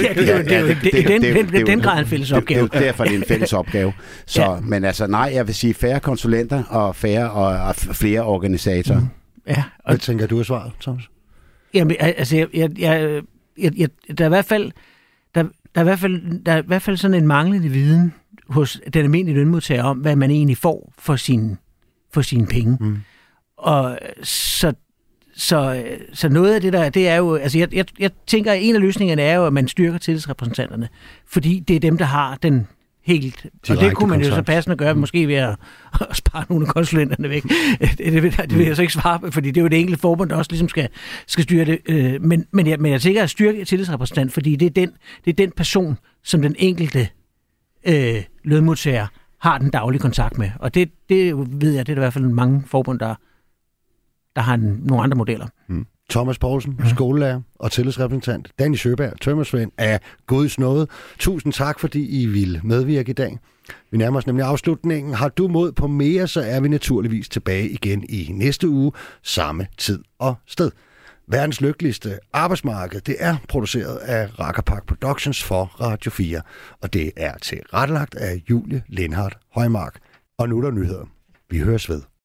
Det er den grad en fælles opgave. Det er jo derfor, det er en fælles opgave. Så, ja. Men altså nej, jeg vil sige færre konsulenter og færre og, og flere organisatorer. Mm. Ja, og hvad tænker du er svaret, Thomas? Jamen, altså, jeg, jeg, jeg, jeg, jeg, der er i hvert fald, der, der er i hvert fald, der er i hvert fald sådan en manglende viden hos den almindelige lønmodtager om, hvad man egentlig får for sine for sine penge. Mm. Og så, så, så noget af det der, det er jo, altså jeg, jeg, jeg tænker, at en af løsningerne er jo, at man styrker tillidsrepræsentanterne, fordi det er dem, der har den helt, og det kunne man kontakt. Jo så passende gøre, mm. måske ved at, at spare nogle af konsulenterne væk. Det, det, det, det vil jeg så ikke svare, fordi det er jo det enkelte forbund, der også ligesom skal, skal styre det. Men, men, jeg, men jeg tænker at styrke tillidsrepræsentant, fordi det er den, det er den person, som den enkelte øh, lønmodtager har den daglige kontakt med. Og det, det ved jeg, det er i hvert fald mange forbund, der, der har en, nogle andre modeller. Mm. Thomas Poulsen, mm. skolelærer og tillidsrepræsentant. Danny Sjøberg, tømmersvend af Guds nåde. Tusind tak, fordi I ville medvirke i dag. Vi nærmer os nemlig afslutningen. Har du mod på mere, så er vi naturligvis tilbage igen i næste uge, samme tid og sted. Verdens lykkeligste arbejdsmarked, det er produceret af Rakkerpark Productions for Radio fire, og det er tilrettelagt af Julie Lindhardt Højmark. Og nu er der nyheder. Vi høres ved.